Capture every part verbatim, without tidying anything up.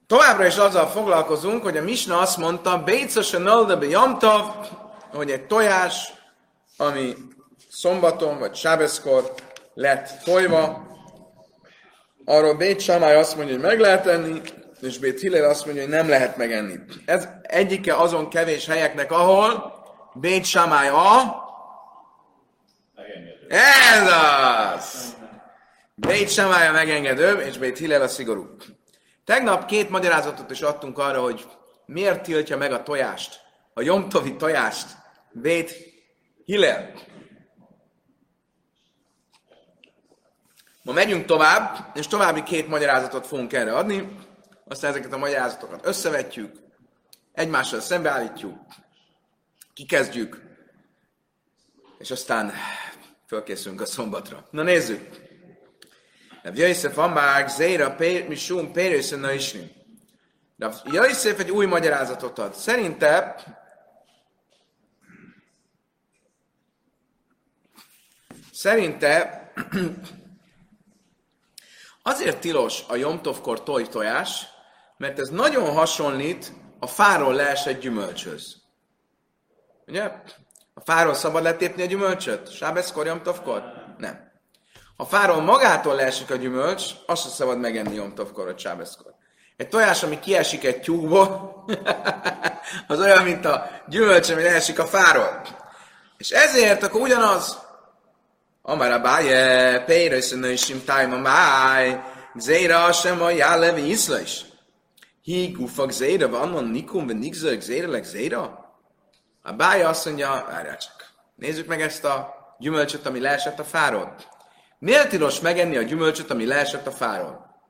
Továbbra is azzal foglalkozunk, hogy a Misna azt mondta, Bécos a naldabe jamtav, hogy egy tojás, ami szombaton vagy sábeszkor lett tojva, arról Bét Sámály azt mondja, hogy meg lehet enni, és Bét Hillel azt mondja, hogy nem lehet megenni. Ez egyike azon kevés helyeknek, ahol Bét Sámály a... Ez az! Bét Sámály a megengedőbb, és Bét Hillel a szigorú. Tegnap két magyarázatot is adtunk arra, hogy miért tiltja meg a tojást, a jomtovi tojást Bét Hillel. Ma megyünk tovább, és további két magyarázatot fogunk erre adni, aztán ezeket a magyarázatokat összevetjük, egymással szembeállítjuk, kikezdjük, és aztán fölkészülünk a szombatra. Na nézzük! Jöjszef Amár, Zéra, Misum, Pérőszön, na isni. Jöjszef egy új magyarázatot ad. Szerinte szerinte azért tilos a Jomtovkor toj tojás, mert ez nagyon hasonlít a fáról leesett gyümölcshöz. Ugye? A fáról szabad letépni a gyümölcsöt? Sábeszkor, Jomtovkor? Nem. Ha fáról magától leesik a gyümölcs, azt sem szabad megenni Jomtovkor vagy sábeszkor. Egy tojás, ami kiesik egy tyúkból, az olyan, mint a gyümölcs, ami leesik a fáról. És ezért akkor ugyanaz. Amara báje, pérőszönő isim tájma máj, gzéra sem a jálevi iszla is. Hí gufa gzéra, vannon nikum, ve nikző gzéra, le gzéra? A bája azt mondja, várjál csak. Nézzük meg ezt a gyümölcsöt, ami leesett a fáról. Miért tilos megenni a gyümölcsöt, ami leesett a fáról?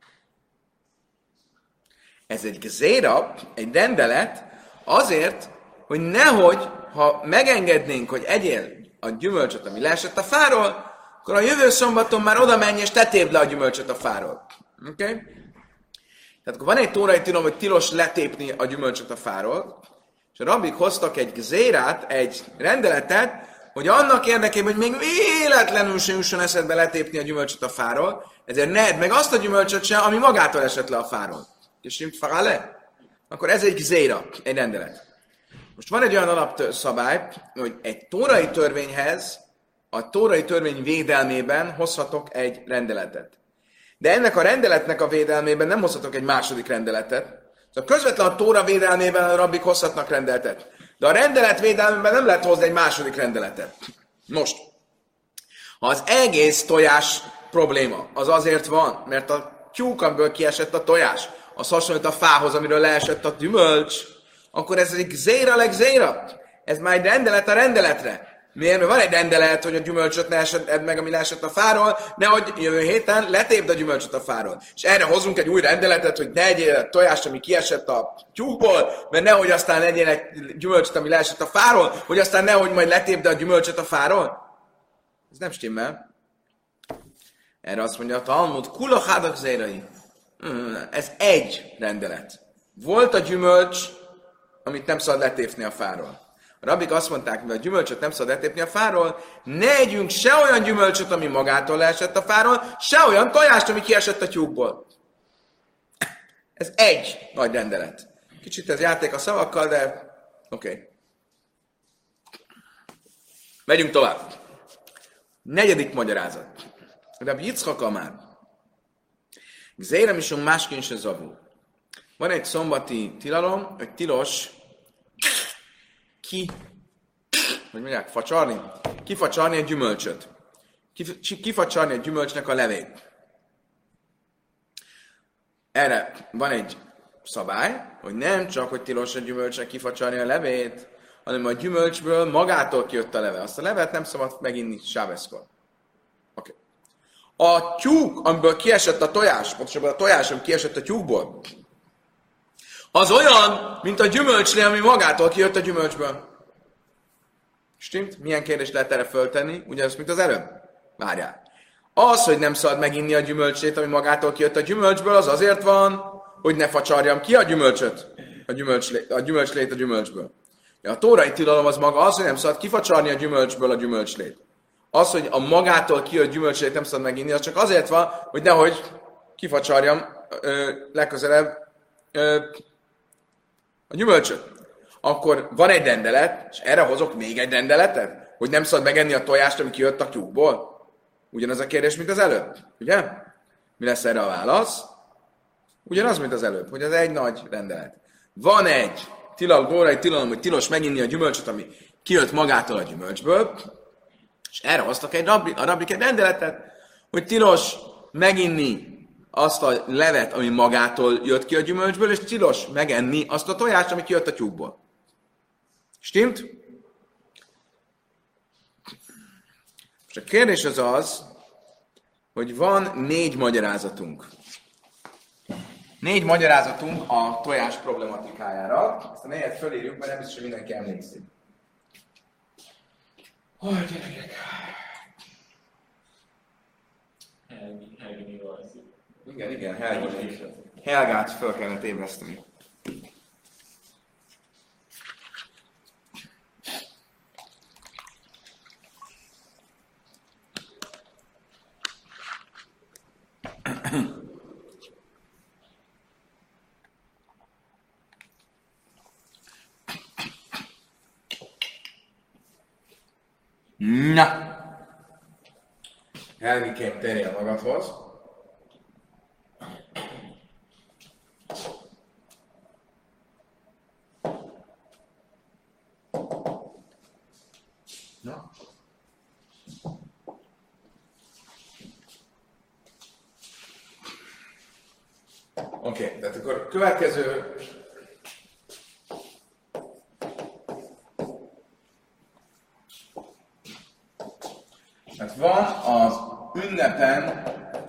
Ez egy gzéra, egy rendelet, azért, hogy nehogy, ha megengednénk, hogy egyél a gyümölcsöt, ami leesett a fáról, akkor a jövő szombaton már oda menj, és tetépd le a gyümölcsöt a fáról. Oké? Okay? Tehát akkor van egy tórai tilalom, hogy tilos letépni a gyümölcsöt a fáról, és a rabbik hoztak egy gzérát, egy rendeletet, hogy annak érdekében, hogy még véletlenül se jusson eszedbe letépni a gyümölcsöt a fáról, ezért ne edd meg azt a gyümölcsöt sem, ami magától esett le a fáról. És nem fará le? Akkor ez egy gzéra, egy rendelet. Most van egy olyan alapszabály, hogy egy tórai törvényhez, a tórai törvény védelmében hozhatok egy rendeletet. De ennek a rendeletnek a védelmében nem hozhatok egy második rendeletet. Szóval közvetlen a tóra védelmében a rabbik hozhatnak rendeletet. De a rendelet védelmében nem lehet hozni egy második rendeletet. Most, ha az egész tojás probléma, az azért van, mert a tyúk, amiből kiesett a tojás, az hasonlít a fához, amiről leesett a gyümölcs, akkor ez egy zéra leg zéra. Ez már egy rendelet a rendeletre. Miért? Mert van egy rendelet, hogy a gyümölcsöt ne esett meg, ami leesett a fáról, nehogy jövő héten letépd a gyümölcsöt a fáról. És erre hozunk egy új rendeletet, hogy ne egyél tojást, ami kiesett a tyúkból, mert nehogy aztán egyél egy gyümölcsöt, ami leesett a fáról, hogy aztán nehogy majd letépd a gyümölcsöt a fáról. Ez nem stimmel. Erre azt mondja a Talmud, kula hádak zérai. Ez egy rendelet. Volt a gyümölcs, amit nem szabad letépni a fáról. A rabbik azt mondták, hogy a gyümölcsöt nem szabad letépni a fáról, ne együnk se olyan gyümölcsöt, ami magától leesett a fáról, se olyan tojást, ami kiesett a tyúkból. Ez egy nagy rendelet. Kicsit ez játék a szavakkal, de oké. Okay. Megyünk tovább. Negyedik magyarázat. Rabbi Yitzchak Amár. Gzéra misum másként se zavul. Van egy szombati tilalom, hogy tilos ki, hogy mondják, facsarni? Kifacsarni egy gyümölcsöt. Kif, kifacsarni egy gyümölcsnek a levét. Erre van egy szabály, hogy nem csak, hogy tilos a gyümölcsnek kifacsarni a levét, hanem a gyümölcsből magától kijött a leve. Azt a levet nem szabad meginni sábeszkor. Oké. Okay. A tyúk, amiből kiesett a tojás, pontosabban a tojás, ami kiesett a tyúkból, az olyan, mint a gyümölcslé, ami magától kijött a gyümölcsből. Stimmt? Milyen kérdést lehet erre föltenni? Ugyanaz, mint az előbb? Várjál. Az, hogy nem szabad meginni a gyümölcslét, ami magától kijött a gyümölcsből, az azért van, hogy ne facsarjam ki a gyümölcsöt, a gyümölcslét a, gyümölcslét a gyümölcsből. A tórai tilalom az maga az, hogy nem szabad kifacsarni a gyümölcsből a gyümölcslét. Az, hogy a magától kijött gyümölcslét nem szabad meginni, az csak azért van, hogy nehogy kifacsarjam ö, legközelebb a gyümölcsöt, akkor van egy rendelet, és erre hozok még egy rendeletet, hogy nem szabad megenni a tojást, ami kijött a tyúkból. Ugyanaz a kérdés, mint az előbb, ugye? Mi lesz erre a válasz? Ugyanaz, mint az előbb, hogy az egy nagy rendelet. Van egy tilal góra, egy tilalom, hogy tilos meginni a gyümölcsöt, ami kijött magától a gyümölcsből, és erre hoztak egy rabbi, a rabbik egy rendeletet, hogy tilos meginni azt a levet, ami magától jött ki a gyümölcsből, és tilos megenni azt a tojást, ami kijött a tyúkból. Stimmt? Most a kérdés az az, hogy van négy magyarázatunk. Négy magyarázatunk a tojás problematikájára. Ezt a négyet fölírjuk, mert nem biztos, hogy mindenki emlékszik. Hol, gyerekek? Helgi, Helgi rajzik. Igen, igen, Helgi. Helgát fel kellett ébreszteni. Na! Helgikém, térjél magadhoz. Na? Oké, okay, tehát akkor következő tehát van az ünnepen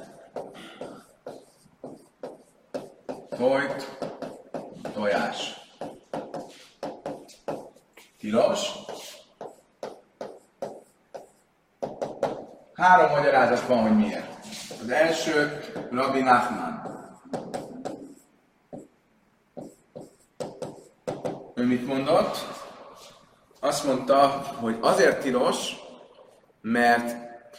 tojt tojás. Tilos. Három magyarázat van, hogy miért. Az első, Rabbi Nachman. Ő mit mondott? Azt mondta, hogy azért tilos, mert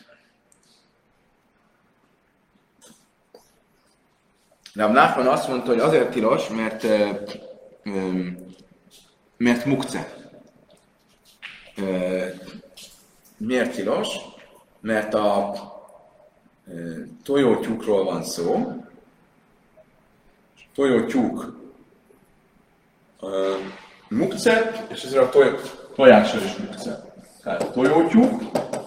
Rabbi Nachman azt mondta, hogy azért tilos, mert mert mukce. Miért tilos? Mert a tojótyúkról van szó. Tojótyúk mukce, és ezért a toj, tojással is mukce. Tehát tojótyúk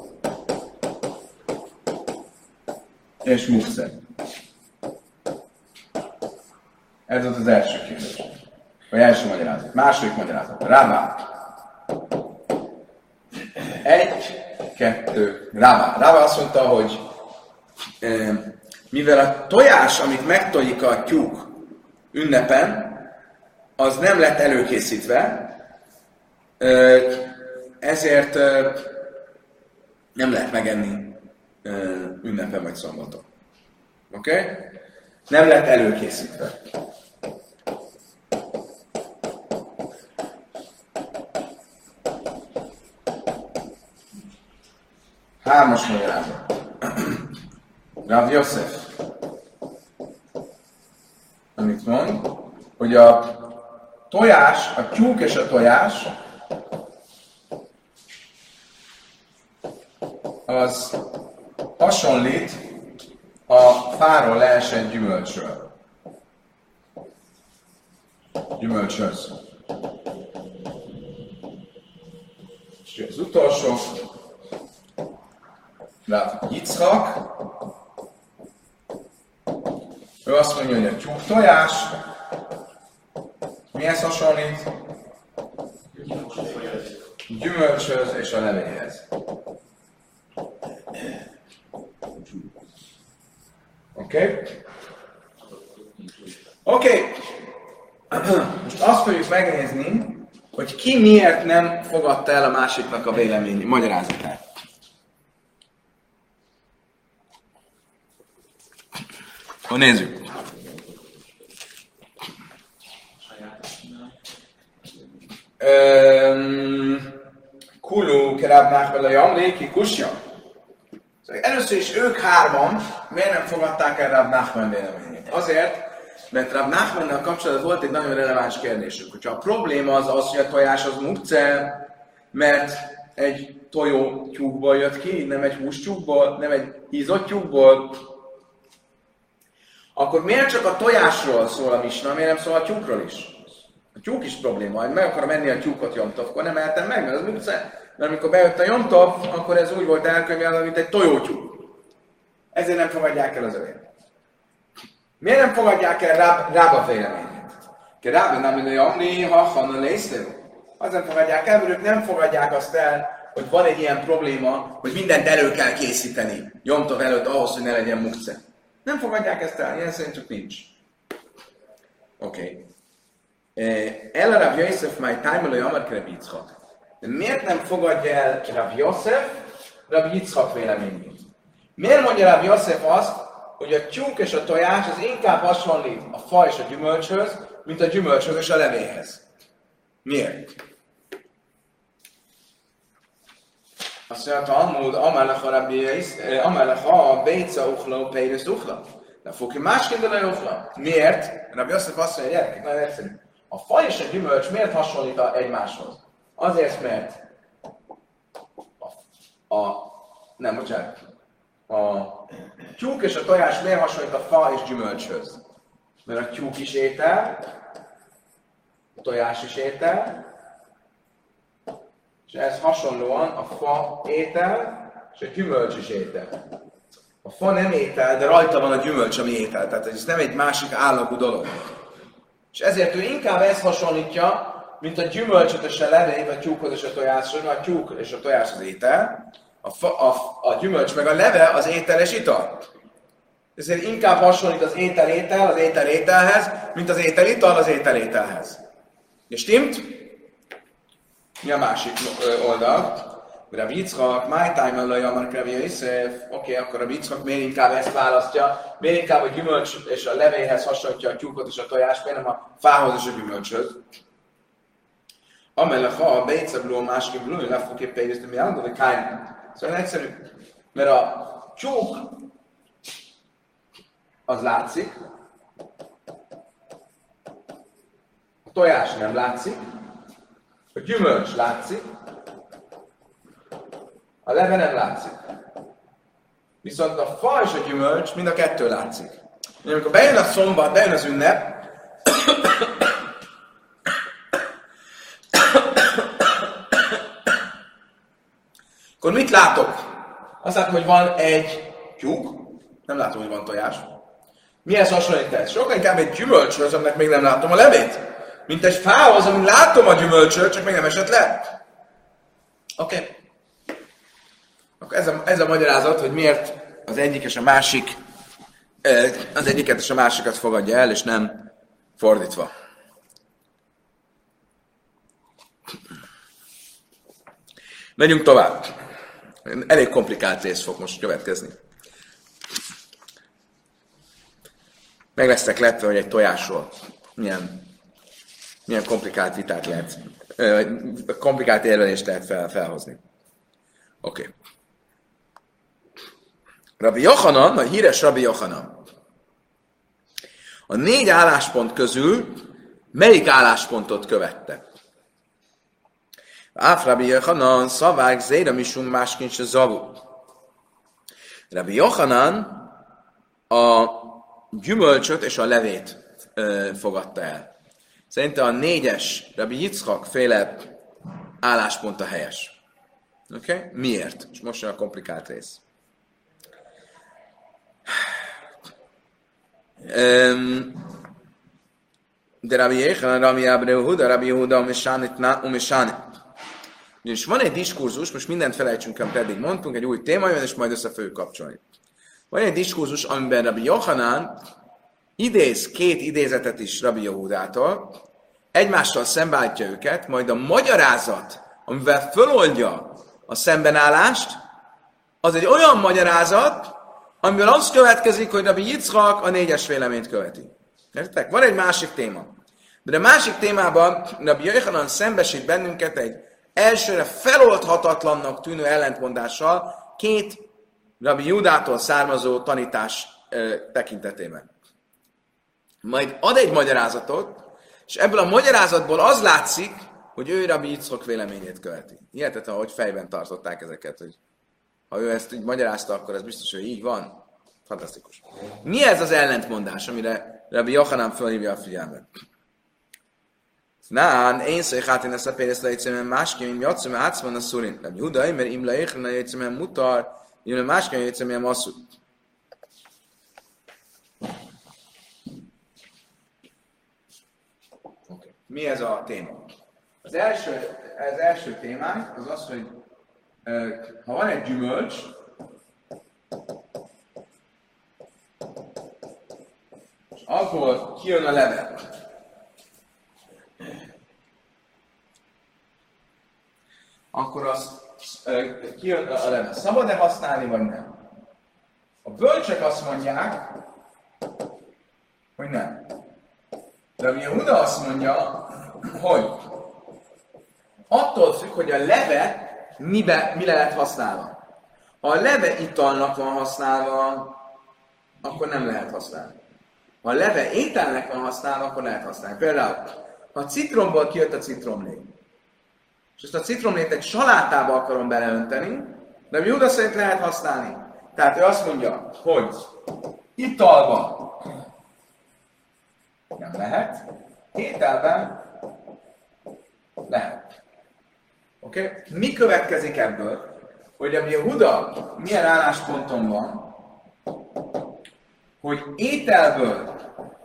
és mukce. Ez az az első kérdés. Vagy első magyarázat. Második magyarázat. Rábá. Egy, kettő, Rábá. Rábá azt mondta, hogy e, mivel a tojás, amit megtojik a tyúk ünnepen, az nem lett előkészítve, e, ezért e, nem lehet megenni e, ünnepen vagy szombaton. Oké? Okay? Nem lett előkészítve. Hármas magyarázat. Rav Yosef. Amit mond, hogy a tojás, a tyúk és a tojás az hasonlít a fáról leesett gyümölcsről. Gyümölcshöz. És az utolsó, Rav Yitzchak, ő azt mondja, hogy a tyúk tojás mihez hasonlít? Gyümölcshöz és a levélhez. Oké? Okay? Oké. Okay. Most azt fogjuk megnézni, hogy ki miért nem fogadta el a másiknak a vélemény magyarázatát. Ha nézzük. Kulu kerabnák vele jamléki kusja. Először is ők hárman miért nem fogadták el Rav Nachman véleményét? Azért, mert Rav Nachmannal kapcsolatban volt egy nagyon releváns kérdésünk. Hogyha a probléma az az, hogy a tojás az mukce, mert egy tojó tyúkból jött ki, nem egy hústyúkból, nem egy hízott tyúkból, akkor miért csak a tojásról szól a misna, miért nem szól a tyúkról is? A tyúk is probléma, hogy meg akarom enni a tyúkot Jomtovkor, nem ehetem meg, mert az mukce. Mert amikor bejött a Jomtov, akkor ez úgy volt elkönyvelve, mint egy tojótyúk. Ezért nem fogadják el az övényt. Miért nem fogadják el Ráb, Rába véleményét? Rába nem mindegy, amni, ha hanna lészlő. Azért fogadják el, mert ők nem fogadják azt el, hogy van egy ilyen probléma, hogy mindent elő kell készíteni Jomtov előtt ahhoz, hogy ne legyen mukce. Nem fogadják ezt el, ilyen szerint csak nincs. Oké. Okay. El a Rav Yosef máj tájmelői Amar Rav Yitzchak. De miért nem fogadja el Rav Yosef Rav Yitzchak véleményét? Miért mondja Rav Yosef azt, hogy a tyúk és a tojás az inkább hasonlít a fa és a gyümölcshöz, mint a gyümölcshöz és a levéhez? Miért? Azt mondja, Talmud, Amelech a béca uchla, peiris uchla. De fogja másként a uchla. Miért? Rav Yosef azt mondja, gyerekek, nagyon egyszerű. A fa és a gyümölcs miért hasonlít egymáshoz? Azért, mert a, a nem, bocsánat, a tyúk és a tojás miért hasonlít a fa és gyümölcshöz? Mert a tyúk is étel, a tojás is étel, és ez hasonlóan a fa étel, és a gyümölcs is étel. A fa nem étel, de rajta van a gyümölcs, ami étel, tehát ez nem egy másik állagú dolog. És ezért ő inkább ezt hasonlítja, mint a gyümölcsöt és a levényt, a tyúkhoz és a tojáshoz, a tyúk és a tojás az étel, a, fa, a, a gyümölcs meg a leve az étel és ital. Ezért inkább hasonlít az étel étel az étel ételhez, mint az étel ital az étel ételhez. És stimmt? Mi a másik oldal? Rav Yitzchak, my time allaj Amar Rav Yosef. Oké, akkor Rav Yitzchak miért inkább ezt választja? Miért inkább a gyümölcs és a levéhez hasonlítja a tyúkot és a tojást, miért nem a fához és a gyümölcshöz? Amellett, ha a bécebló másképp bló, le fog éppen érzni, mi állandó, hogy kájn. Szóval egyszerű, mert a tyúk az látszik, a tojás nem látszik, a gyümölcs látszik, a leve nem látszik. Viszont a fa és a gyümölcs mind a kettő látszik. És amikor bejön a szombat, bejön az ünnep, akkor mit látok? Azt látom, hogy van egy tyúk, nem látom, hogy van tojás. Mihez hasonlít ez? Sokkal inkább egy gyümölcshöz, aminek még nem látom a levét. Mint egy fához, amin látom a gyümölcsöt, csak még nem esett le. Oké. Okay. Akkor ez a, ez a magyarázat, hogy miért az egyik és a másik, az egyiket és a másikat fogadja el, és nem fordítva. Megyünk tovább. Elég komplikált rész fog most következni. Meg lesztek lepve, hogy egy tojásról milyen, milyen komplikált vitát lehet, komplikált érvelést lehet fel, felhozni. Oké. Okay. Rabbi Yochanan, a híres Rabbi Yochanan. A négy álláspont közül melyik álláspontot követte? Áf Rabbi Yochanan szavák zéra misum másként se zavu. Rabbi Yochanan a gyümölcsöt és a levét ö, fogadta el. Szerintem a négyes Rabbi Yitzchak féle álláspont a helyes. Oké? Okay? Miért? És most jön a komplikált rész. Um, de Rabbi Yochanan, Rabbi Yehuda, Rabbi Yehuda, Umesánit, Umesánit. És van egy diskurzus, most mindent felejtsünk, amit eddig mondtunk, egy új téma jön, és majd össze fogjuk kapcsolni. Van egy diskurzus, amiben Rabbi Yochanan idéz két idézetet is Rabbi Yehudától, egymással szembeállítja őket, majd a magyarázat, amivel föloldja a szembenállást, az egy olyan magyarázat, amiből az következik, hogy Rabbi Yitzchak a négyes véleményt követi. Értek? Van egy másik téma. De a másik témában Rabbi Yochanan szembesít bennünket egy elsőre feloldhatatlannak tűnő ellentmondással két Rabbi Judától származó tanítás ö, tekintetében. majd ad egy magyarázatot, és ebből a magyarázatból az látszik, hogy ő Rabbi Yitzchok véleményét követi. Hihetetlen, ahogy fejben tartották ezeket, hogy ha ő ezt így magyarázta, akkor ez biztos, hogy így van. Fantasztikus. Mi ez az ellentmondás, amire Rabbi Yochanan felhívja a figyelmet? Nán, én székhátén ezt a pénzt lejtszemben másként, mint jatszom, átszom a szurin. Rabbi Judai, mert imla échlena lejtszemben mutar, imla másként lejtszemben masszú. Okay. Mi ez a téma? Az első, az első témánk az az, hogy ha van egy gyümölcs, és abból kijön a level, akkor az kijön a level. Szabad-e használni, vagy nem? A bölcsek azt mondják, hogy nem. De a Yehuda azt mondja, hogy attól függ, hogy a leve mibe, mire lett használva. Ha a leve italnak van használva, akkor nem lehet használni. Ha a leve ételnek van használva, akkor lehet használni. Például, ha a citromból kijött a citromlé, és ezt a citromlét egy salátába akarom beleönteni, de a Júda szerint lehet használni. Tehát ő azt mondja, hogy italban nem lehet, ételben lehet. Oké? Okay? Mi következik ebből? Hogy a Yehuda milyen állásponton van, hogy ételből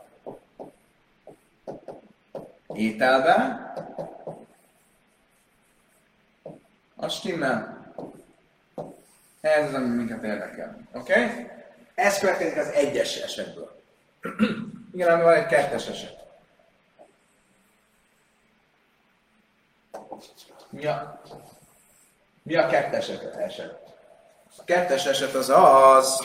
ételben az stimmel. Ez az, ami minket érdekel. Oké? Okay? Ez következik az egyes esetből. Igen, ami van egy kettes eset. Mi a, mi a kettes eset? A kettes eset az az...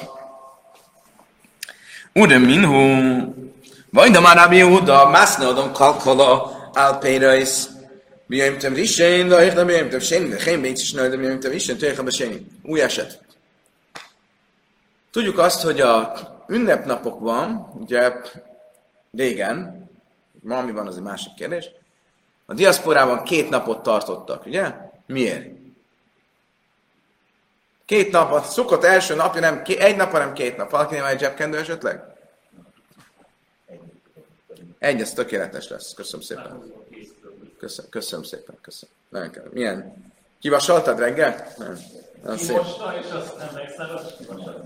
Ure minhu, vajda már Rabbi Yehuda, mászne adom kalkala, álpérais, bijaimtem risén, de én nem bijaimtem sén, de én bécs is nő, de bijaimtem risén, tőjekbe sén. Új eset. Tudjuk azt, hogy a ünnepnapokban, ugye régen, ma mi van, az egy másik kérdés, a diaszporában két napot tartottak, ugye? Miért? Két nap, a szokott első napja nem ké, egy nap, hanem két nap. Valakinél van egy zsebkendő esetleg? Egy, ez tökéletes lesz. Köszönöm szépen. Köszönöm, köszönöm szépen. Köszönöm. Nagyon kell. Milyen? Kivasaltad reggel? Nem. Nem szép. Kimosta, és aztán megszállod, kivasaltad.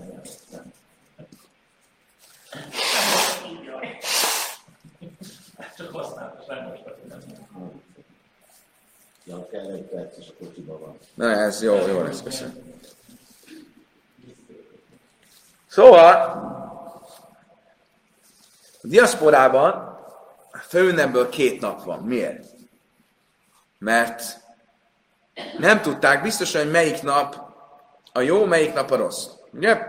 Csak használtas, nem mostad. Ja, kell egy perc, és a kocsiban van. Na, ez jó, jó lesz, köszönöm. Szóval, a diaszporában a főünnepből két nap van. Miért? Mert nem tudták biztosan, hogy melyik nap a jó, melyik nap a rossz. Ugye?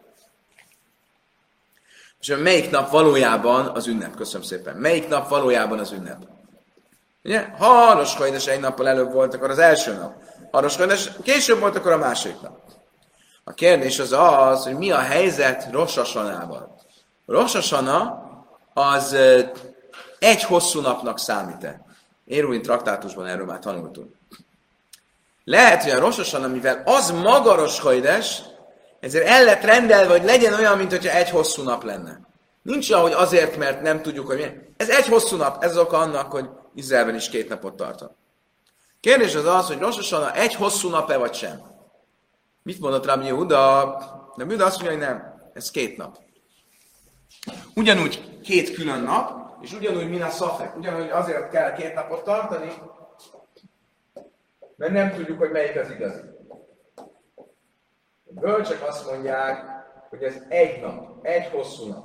És melyik nap valójában az ünnep? Köszönöm szépen. Melyik nap valójában az ünnep? Ugye? Ha a Rosh Chodesh egy nappal előbb volt, akkor az első nap. Ha a Rosh Chodesh később volt, akkor a másik nap. A kérdés az az, hogy mi a helyzet Rosh Hashanával. Rosh Hashana az egy hosszú napnak számít-e. Érúin traktátusban erről már tanultunk. Lehet, hogy a Rosh Hashana, mivel az maga Rosh Chodesh, ezért el lett rendelve, hogy legyen olyan, mint hogyha egy hosszú nap lenne. Nincs olyan, hogy azért, mert nem tudjuk, hogy milyen. Ez egy hosszú nap, ez az oka annak, hogy Izraelben is két napot tartott. Kérdés az az, hogy Rosh Hashana egy hosszú nap-e vagy sem. Mit mondott Rabbi Yehuda? De Yehuda azt mondja, hogy nem. Ez két nap. Ugyanúgy két külön nap, és ugyanúgy min a szafek. Ugyanúgy azért kell két napot tartani, mert nem tudjuk, hogy melyik az igazi. A bölcsek azt mondják, hogy ez egy nap, egy hosszú nap.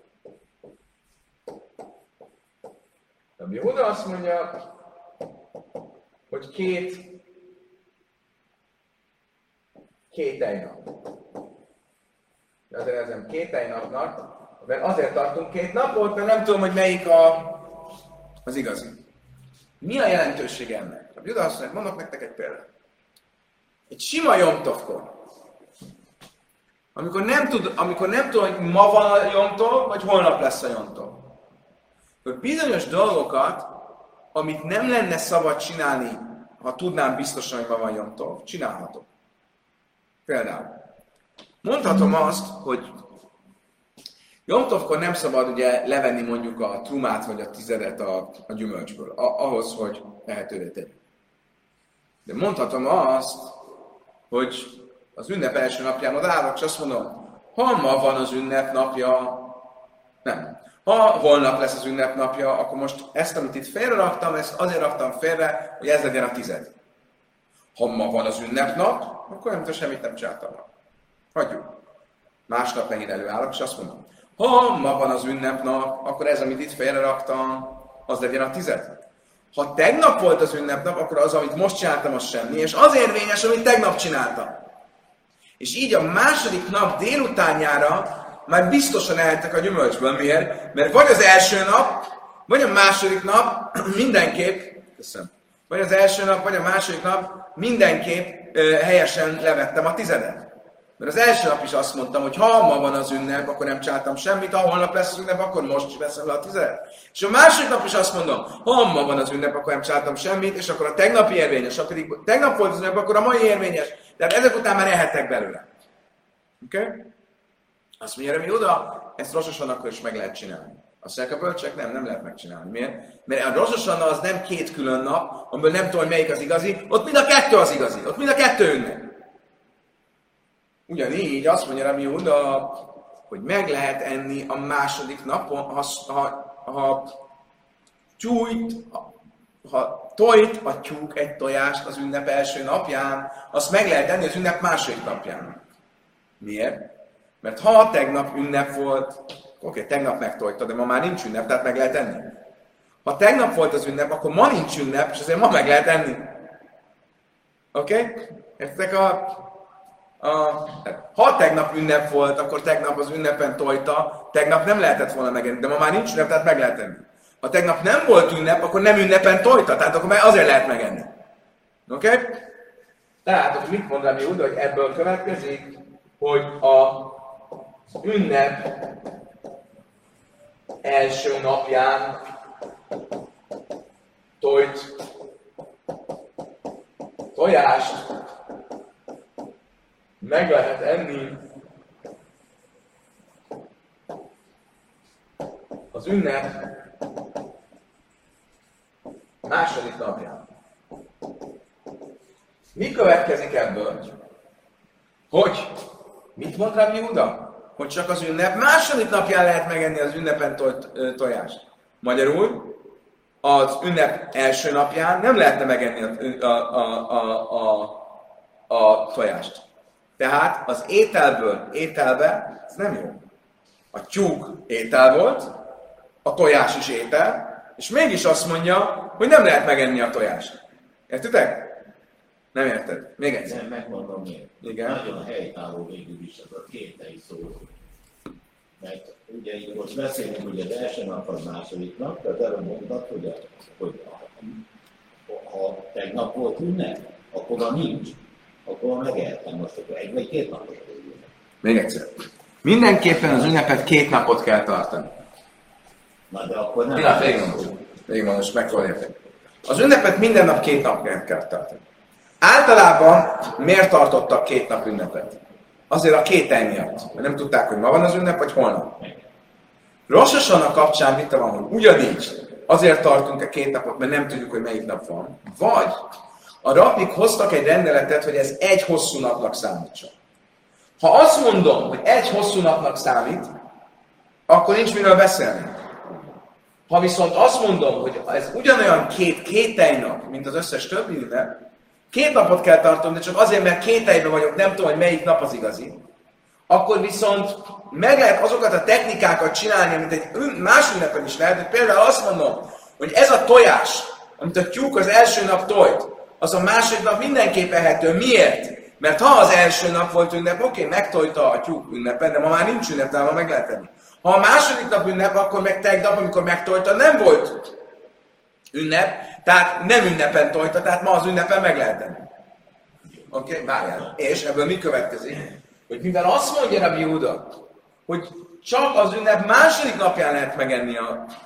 Rabbi Yehuda azt mondja, hogy két két nap. De azért ezen két napnak, mert azért tartunk két napot, mert nem tudom, hogy melyik a, az igazi. Mi a jelentőség ennek? A Juda azt mondja, mondok nektek egy példát. Egy sima jomtovkor. Amikor nem tud, amikor nem tudom, hogy ma van a jomtov, vagy holnap lesz a jomtov. hogy bizonyos dolgokat, amit nem lenne szabad csinálni, ha tudnám biztosan, hogy ma van Jom Tov, csinálhatok. Például mondhatom azt, hogy Jom Tovkor nem szabad ugye levenni mondjuk a trumát vagy a tizedet a, a gyümölcsből, a, ahhoz, hogy lehetővé tegyük. De mondhatom azt, hogy az ünnep első napján odaállok, és azt mondom, ha ma van az ünnep napja, nem. Ha holnap lesz az ünnep napja, akkor most ezt, amit itt félre raktam, ezt azért raktam félre, hogy ez legyen a tized. Ha ma van az ünnepnap, akkor nem tudom, semmit nem csináltam. Hagyjuk. Másnap megint előállok, és azt mondom, ha ma van az ünnepnap, akkor ez, amit itt félre raktam, az legyen a tized. Ha tegnap volt az ünnepnap, akkor az, amit most csináltam, az semmi, és az érvényes, amit tegnap csináltam. És így a második nap délutánjára már biztosan elhettek a gyümölcsből. Miért? Mert vagy az első nap, vagy a második nap mindenképp, köszönöm, vagy az első nap, vagy a második nap mindenképp ö, helyesen levettem a tizedet. Mert az első nap is azt mondtam, hogy ha ma van az ünnep, akkor nem csináltam semmit, ha holnap lesz az ünnep, akkor most is veszem le a tizedet. És a második nap is azt mondom, ha ma van az ünnep, akkor nem csináltam semmit, és akkor a tegnapi érvényes, ha pedig tegnap volt az ünnep, akkor a mai érvényes. Tehát ezek után már ehetek belőle. Oké? Okay? Azt mondja, mi oda, ezt Rosh Hashanakor is meg lehet csinálni. Azt mondják, a bölcsek nem, nem lehet megcsinálni. Miért? Mert a Rosh Hashanah az nem két külön nap, amiből nem tudom, hogy melyik az igazi, ott mind a kettő az igazi, ott mind a kettő ünnep. Ugyanígy azt mondja, mi oda, hogy meg lehet enni a második napon, ha, ha, ha tyújt, ha tojt a tyúk egy tojást az ünnep első napján, azt meg lehet enni az ünnep második napján. Miért? Mert ha tegnap ünnep volt, oké, okay, tegnap megtojta, de ma már nincs ünnep, tehát meg lehet enni. Ha tegnap volt az ünnep, akkor ma nincs ünnep, és azért ma meg lehet enni. Oké? Okay? Értek a, a... Ha tegnap ünnep volt, akkor tegnap az ünnepen tojta, tegnap nem lehetett volna megenni, de ma már nincs ünnep, tehát meg lehet enni. Ha tegnap nem volt ünnep, akkor nem ünnepen tojta, tehát akkor azért lehet megenni. Oké? Okay? Tehát, hogy mit mond Rabbi Yehuda, hogy ebből következik, hogy a ünnep első napján tojt tojást meg lehet enni az ünnep második napján. Mi következik ebből? Hogy? Mit mond Rabbi Yehuda? Hogy csak az ünnep második napján lehet megenni az ünnepen tojt, tojást. Magyarul, az ünnep első napján nem lehetne megenni a, a, a, a, a, a tojást. Tehát az ételből ételbe, ez nem jó. A tyúk étel volt, a tojás is étel, és mégis azt mondja, hogy nem lehet megenni a tojást. Értitek? Nem érted? Még egyszer. Nem, megmondom miért. Igen. Nagyon helytálló végül is ez a kétei szó. Mert ugye így most beszélünk, hogy az első nap az második nap, tehát erről mondtad, hogy, a, hogy a, ha tegnap volt ünnep, akkor van nincs. Akkor megehetem most, akkor egy vagy két napos az ünnep. Még egyszer. Mindenképpen az ünnepet két napot kell tartani. Na de akkor nem... Pillanat, végig mondom. Végig mondom, és megfordítani. Az ünnepet minden nap két nap kell tartani. Általában miért tartottak két nap ünnepet? Azért a kételj miatt. Mert nem tudták, hogy ma van az ünnep, vagy holnap. Rosh Hashanah kapcsán vita van, hogy ugyanígy azért tartunk a két napot, mert nem tudjuk, hogy melyik nap van. Vagy a rabbik hoztak egy rendeletet, hogy ez egy hosszú napnak számítson. Ha azt mondom, hogy egy hosszú napnak számít, akkor nincs miről beszélni. Ha viszont azt mondom, hogy ez ugyanolyan két kételynap, mint az összes többi ünnep, két napot kell tartom, de csak azért, mert kételyben vagyok, nem tudom, hogy melyik nap az igazi, akkor viszont meg lehet azokat a technikákat csinálni, amit egy más ünnepen is lehet, hogy például azt mondom, hogy ez a tojás, amit a tyúk az első nap tojt, az a második nap mindenképp ehető. Miért? Mert ha az első nap volt ünnep, oké, megtojta a tyúk ünnepen, de ma már nincs ünnep, tehát ma meg lehet tenni. Ha a második nap ünnep, akkor meg tegnap, amikor megtojta, nem volt ünnep, tehát nem ünnepen tojta, tehát ma az ünnepen meg lehet tenni. Oké, okay? Várjál. És ebből mi következik? Hogy mivel azt mondja Rabbi Yehuda, hogy csak az ünnep második napján lehet megenni a,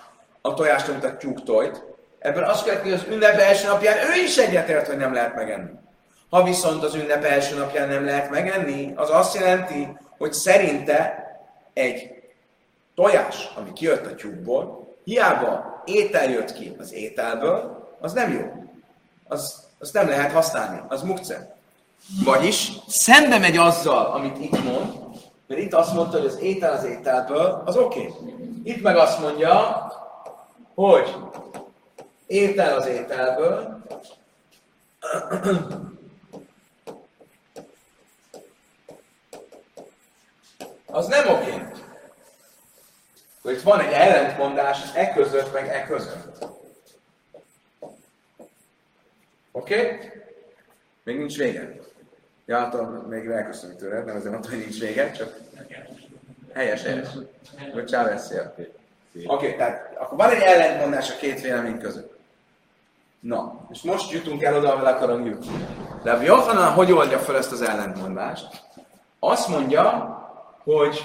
a tojást, amit a tyúk tojt, ebből azt következik, hogy az ünnep első napján ő is egyetért, hogy nem lehet megenni. Ha viszont az ünnep első napján nem lehet megenni, az azt jelenti, hogy szerinte egy tojás, ami kijött a tyúkból, hiába étel jött ki az ételből, az nem jó. Az, azt nem lehet használni, az mukce. Vagyis szembe megy azzal, amit itt mond, mert itt azt mondta, hogy az étel az ételből, az oké. Okay. Itt meg azt mondja, hogy étel az ételből, az nem oké. Okay. Itt van egy ellentmondás e között, meg e között. Oké? Okay? Még nincs vége. Ja, hát még elköszönjük tőled, nem azért mondtam, hogy nincs vége, csak helyes, helyes. Hogy csáveszél. Oké, okay, tehát akkor van egy ellentmondás a két vélemény között. Na, és most jutunk el oda, ahol akarunk jutni. De a Johanan hogy oldja fel ezt az ellentmondást? Azt mondja, hogy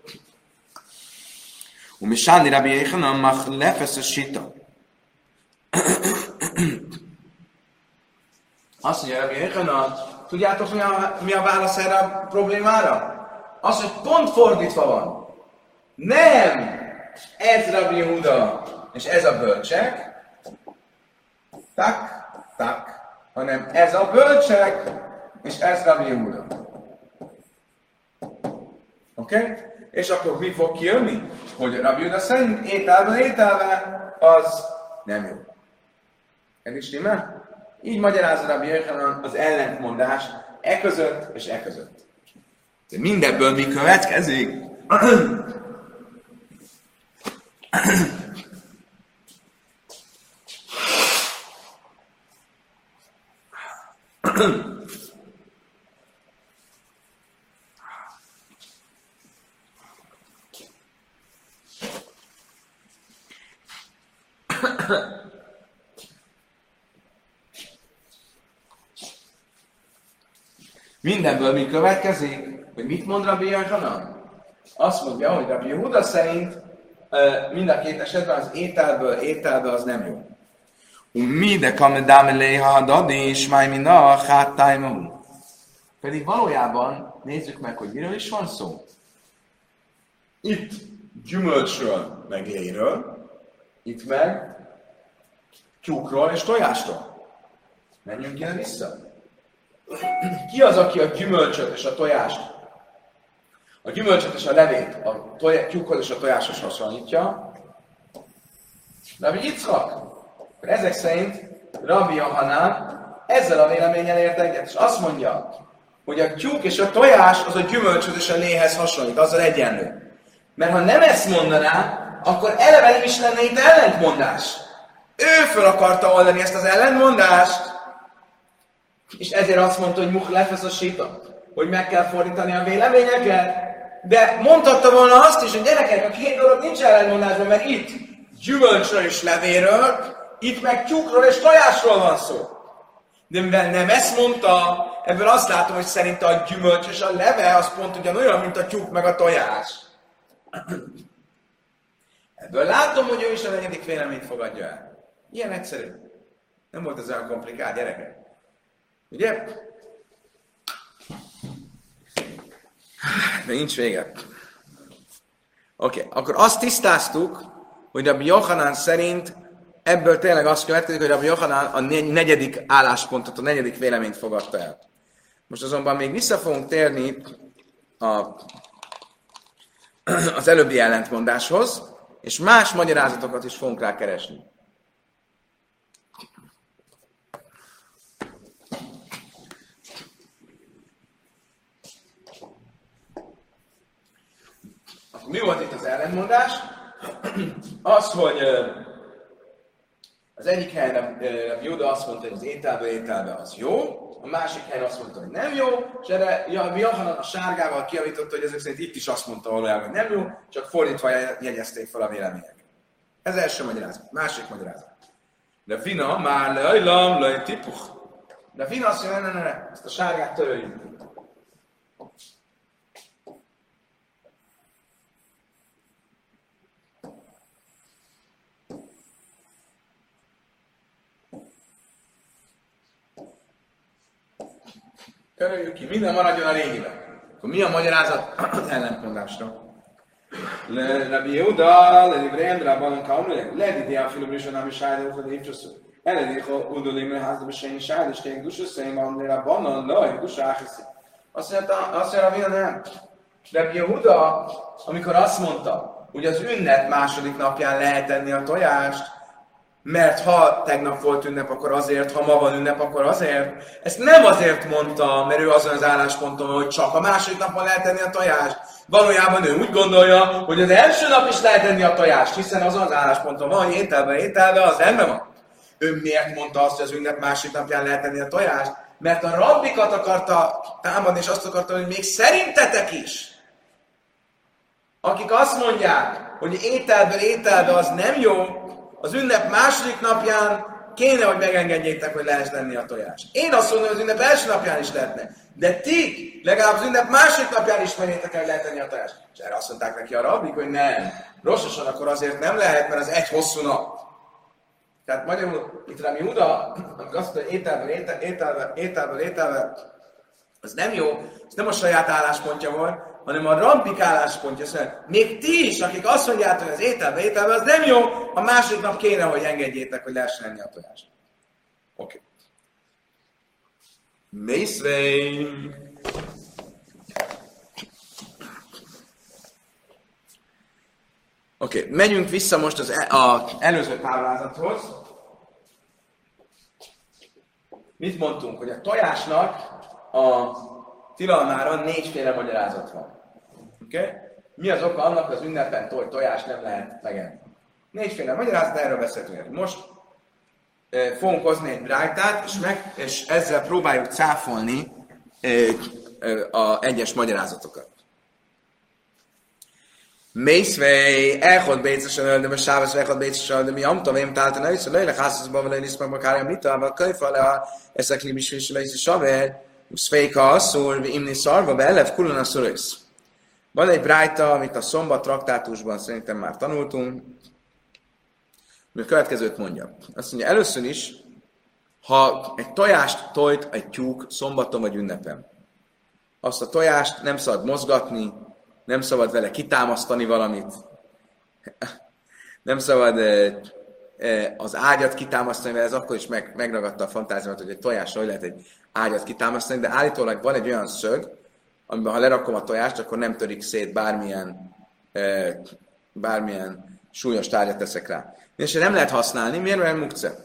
Umisani Rabbi Yochanan mach lefesz a sita. Azt mondja Rabbi Yochanan, tudjátok mi a, mi a válasz erre a problémára? Az, hogy pont fordítva van. Nem ez Rabbi Yehuda és ez a bölcsek, tak, tak, hanem ez a bölcsek és ez Rabbi Yehuda. Oké? Okay? És akkor mi fog kijönni? Hogy Rabbi Yehuda szerint ételben ételve az nem jó. Ez is stimmel? Így magyarázza Rabbi Yochanan az ellentmondást e között és e között. De mindebből mi következik? Mindenből mi következik? Hogy mit mond Rabbi Yochanan? Azt mondja, hogy Rabbi Yehuda szerint mind a két esetben az ételből, ételből az nem jó. Mi de kamedáme léha dadi, és máj mina a háttájmahú. Pedig valójában nézzük meg, hogy miről is van szó. Itt gyümölcsről, meg léről, itt meg tyúkról és tojásról. Menjünk ide vissza. Ki az, aki a gyümölcsöt és a tojást, a gyümölcsöt és a levét a toj- tyúkhoz és a tojáshoz hasonlítja? Rabbi Yitzchak. Ezek szerint Rabbi Yohanan ezzel a véleménnyel ért egyet, és azt mondja, hogy a tyúk és a tojás az a gyümölcsöt és a léhez hasonlít, azzal egyenlő. Mert ha nem ezt mondaná, akkor eleve nem is lenne itt ellentmondás. Ő föl akarta oldani ezt az ellentmondást, és ezért azt mondta, hogy muh lefesz a sita, hogy meg kell fordítani a véleményeket, de mondhatta volna azt is, hogy gyerekek, a két dolog nincs ellentmondásban, mert itt gyümölcsről és levéről, itt meg tyúkról és tojásról van szó. De mivel nem ezt mondta, ebből azt látom, hogy szerinte a gyümölcs és a leve az pont ugyanolyan, mint a tyúk meg a tojás. Ebből látom, hogy ő is a negyedik véleményt fogadja el. Ilyen egyszerű. Nem volt ez olyan komplikált, gyerekek. Ugye? De nincs vége. Oké, okay. Akkor azt tisztáztuk, hogy Rabbi Yochanan szerint ebből tényleg azt következik, hogy Rabbi Yochanan a negyedik álláspontot, a negyedik véleményt fogadta el. Most azonban még vissza fogunk térni a, az előbbi ellentmondáshoz, és más magyarázatokat is fogunk rá keresni. Mi volt itt az ellentmondás? Az, hogy az egyik helyen a Jóda azt mondta, hogy az ételbe, ételbe az jó, a másik helyen azt mondta, hogy nem jó, és erre Yohanan a sárgával kijavította, hogy ezek szerint itt is azt mondta valójában, hogy nem jó, csak fordítva jegyezték fel a véleményeket. Ez első magyarázat. Másik magyarázat. De fina, már lejlam, lej tipuch. De fina azt mondja, ne, ne, ne, ezt a sárgát töröljük. Töröljük ki, minden maradjon a régiben. Akkor mi a magyarázat az ellentmondásra? Rabbi Yehuda, Ledi Brand, Rabban Kaumle, Ledi Diafilum Rizsonám és Sájda, Ufa Dévcsoszó. Eledi Udolim Leházba Sén Sájda, és Kék Dusoszéim, Van Rabbanon, Laj, Dusáhiszi. Azt mondja, azt mondja, Rabbi nem. Rabbi Yehuda, amikor azt mondta, hogy az ünnep második napján lehet enni a tojást, mert ha tegnap volt ünnep, akkor azért, ha ma van ünnep, akkor azért. Ezt nem azért mondta, mert ő azon az állásponton, hogy csak a második napon lehet enni a tojást. Valójában ő úgy gondolja, hogy az első nap is lehet enni a tojást, hiszen azon az állásponton van, hogy ételbe, ételbe, az rendben van. Ő miért mondta azt, hogy az ünnep második napján lehet enni a tojást? Mert a rabbikat akarta támadni, és azt akarta, hogy még szerintetek is, akik azt mondják, hogy ételből ételbe az nem jó, az ünnep második napján kéne, hogy megengedjétek, hogy lehessen enni a tojást. Én azt mondom, hogy az ünnep első napján is lehetne. De ti legalább az ünnep második napján is menjétek el, hogy lehet enni a tojást. És erre azt mondták neki a rabbik, hogy nem. Rososan akkor azért nem lehet, mert az egy hosszú nap. Tehát magyarul itt Rabbi Yehuda, amikor azt mondta, hogy ételből, étel, ételből, ételből, ételből, az nem jó, ez nem a saját álláspontja volt, hanem a rabbik álláspontja. Szóval még ti is, akik azt mondjátok, hogy az ételbe, ételbe, az nem jó, a második nap kéne, hogy engedjétek, hogy lehessen enni a tojást. Oké. Okay. Mészvei. Oké, okay. Megyünk vissza most az e- a előző táblázathoz. Mit mondtunk? Hogy a tojásnak a tilalmára négyféle magyarázat van. Oké? Okay? Mi az oka annak, hogy az ünnepen toj, tojás nem lehet megenni? Négyféle magyarázat, erről beszéltünk. Most e, fogunk hozni egy brájtát, és, meg, és ezzel próbáljuk cáfolni e, e, a egyes magyarázatokat. Mészvei, elhod bécesen öldöm, sávasz, elhod bécesen öldöm, jamta, vém tálta, ne vissza, lejlek hászaszban, vagy lejliszmak, makárja, mit találva, kölyfa le a eszek libis, és lejsz, saver, Uszféka asszul, imni szarva, be elev kulon a szörösz. Van egy brájta, amit a szombat traktátusban szerintem már tanultunk, ami a következőt mondja. Azt mondja, először is, ha egy tojást tojt egy tyúk szombaton vagy ünnepen, azt a tojást nem szabad mozgatni, nem szabad vele kitámasztani valamit, nem szabad az ágyat kitámasztani, mert ez akkor is meg, megragadta a fantáziámat, hogy egy tojásra hogy lehet egy ágyat kitámasztani, de állítólag van egy olyan szög, amiben ha lerakom a tojást, akkor nem törik szét bármilyen, bármilyen súlyos tárgyat teszek rá. És nem lehet használni, miért? Mert mukce.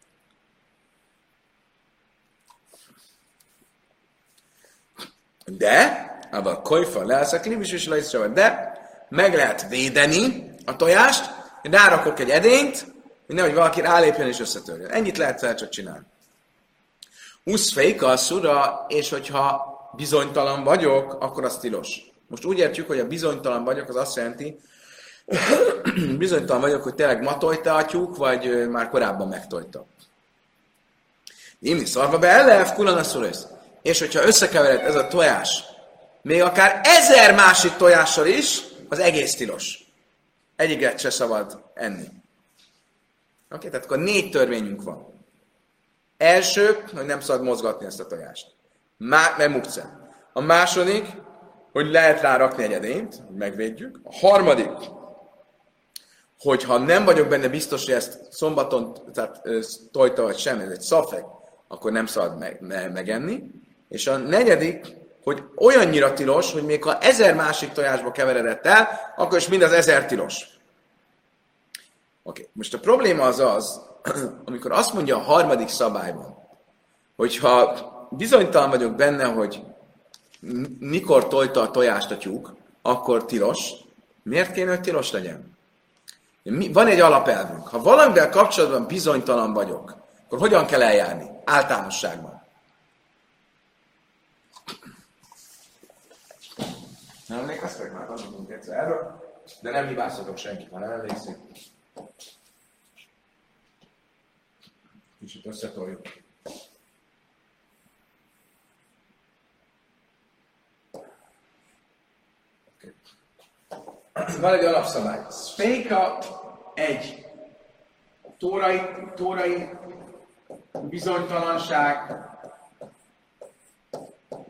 De, abban a kojfa leászak libis és lejszava, de meg lehet védeni a tojást, rárakok egy edényt, hogy nehogy valaki rálépjen és összetörjön. Ennyit lehet fel csak csinálni. Uszféka a szura, és hogyha bizonytalan vagyok, akkor az tilos. Most úgy értjük, hogy a bizonytalan vagyok, az azt jelenti, bizonytalan vagyok, hogy tényleg ma tojta a tyúk, vagy már korábban megtojta. Imni szarva be elef, kulan a szuresz. És hogyha összekevered ez a tojás, még akár ezer másik tojással is, az egész tilos. Egyiket se szabad enni. Oké, okay, tehát akkor négy törvényünk van. Első, hogy nem szabad mozgatni ezt a tojást. Má, nem mukce. A második, hogy lehet rá rakni egy edényt, megvédjük. A harmadik, hogyha nem vagyok benne biztos, hogy ezt szombaton tehát, tojta vagy sem, ez egy szafek, akkor nem szabad meg, me, megenni. És a negyedik, hogy olyannyira tilos, hogy még ha ezer másik tojásba keveredett el, akkor is mind az ezer tilos. Oké, okay. Most a probléma az az, amikor azt mondja a harmadik szabályban, hogyha bizonytalan vagyok benne, hogy mikor tojta a tojást a tyúk, akkor tilos. Miért kéne, hogy tilos legyen? Van egy alapelvünk. Ha valamivel kapcsolatban bizonytalan vagyok, akkor hogyan kell eljárni? Általánosságban. Nem emlékeztek? Már tanultunk egyszer erről, de nem hibáztatok senkit, ha nem emlékszik. Kicsit összetoljuk. Okay. Van egy alapszabály. Szféka egy tórai, tórai bizonytalanság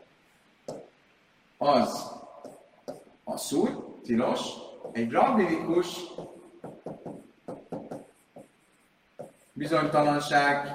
az asszúr, tilos, egy rabbilikus bizonytalanság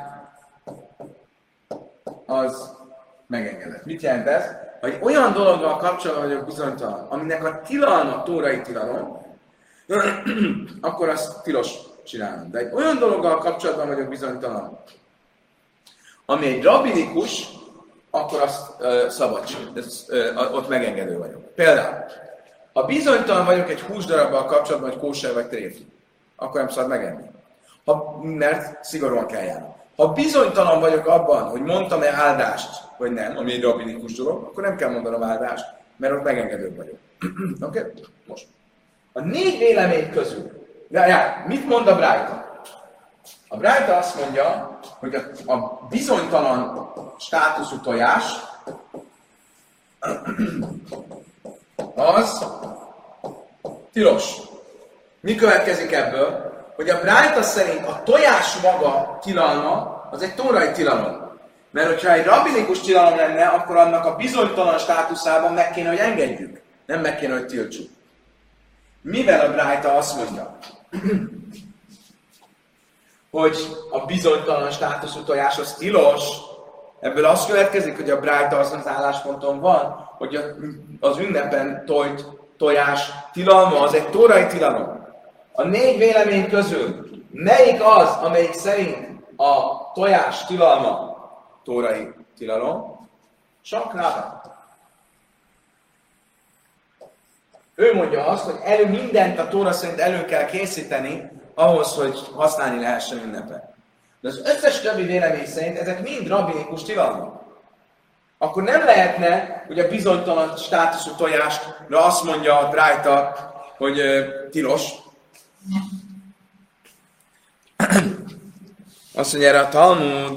az megengedett. Mit jelent ez? Ha egy olyan dologgal kapcsolatban vagyok bizonytalan, aminek a tilalma tórai tilalom, akkor azt tilos csinálnom. De egy olyan dologgal kapcsolatban vagyok bizonytalan, ami egy rabbilikus, akkor azt uh, szabad csinálni. Uh, ott megengedő vagyok. Például, ha bizonytalan vagyok egy húsdarabbal kapcsolatban, hogy kóser vagy tréfli, akkor nem szabad megenni. Ha, mert szigorúan kell járni. Ha bizonytalan vagyok abban, hogy mondtam-e áldást, vagy nem, ami egy rabbilikus dolog, akkor nem kell mondanom áldást, mert ott megengedőbb vagyok. Oké? Okay? Most. A négy vélemény közül, ja, ja, mit mond a Brájta? A Brájta azt mondja, hogy a, a bizonytalan státuszú tojás az tilos. Mi következik ebből? Hogy a Brájta szerint a tojás maga tilalma, az egy tórai tilalom. Mert hogyha egy rabbilikus tilalom lenne, akkor annak a bizonytalan státuszában meg kéne, hogy engedjük. Nem meg kéne, hogy tiltsuk. Mivel a Brájta azt mondja, hogy a bizonytalan státuszú tojás az tilos, ebből az következik, hogy a Brájta azon az állásponton van, hogy az ünnepen tojt tojás tilalma, az egy tórai tilalom. A négy vélemény közül melyik az, amelyik szerint a tojás tilalma tórai tilalom? Csak Rava. Ő mondja azt, hogy elő mindent a Tóra szerint elő kell készíteni ahhoz, hogy használni lehessen ünnepen. De az összes többi vélemény szerint ezek mind rabbinikus tilalmak. Akkor nem lehetne, hogy a bizonytalan státuszú tojásra azt mondja a Brájta, hogy uh, tilos. Azt mondja erre a Talmud,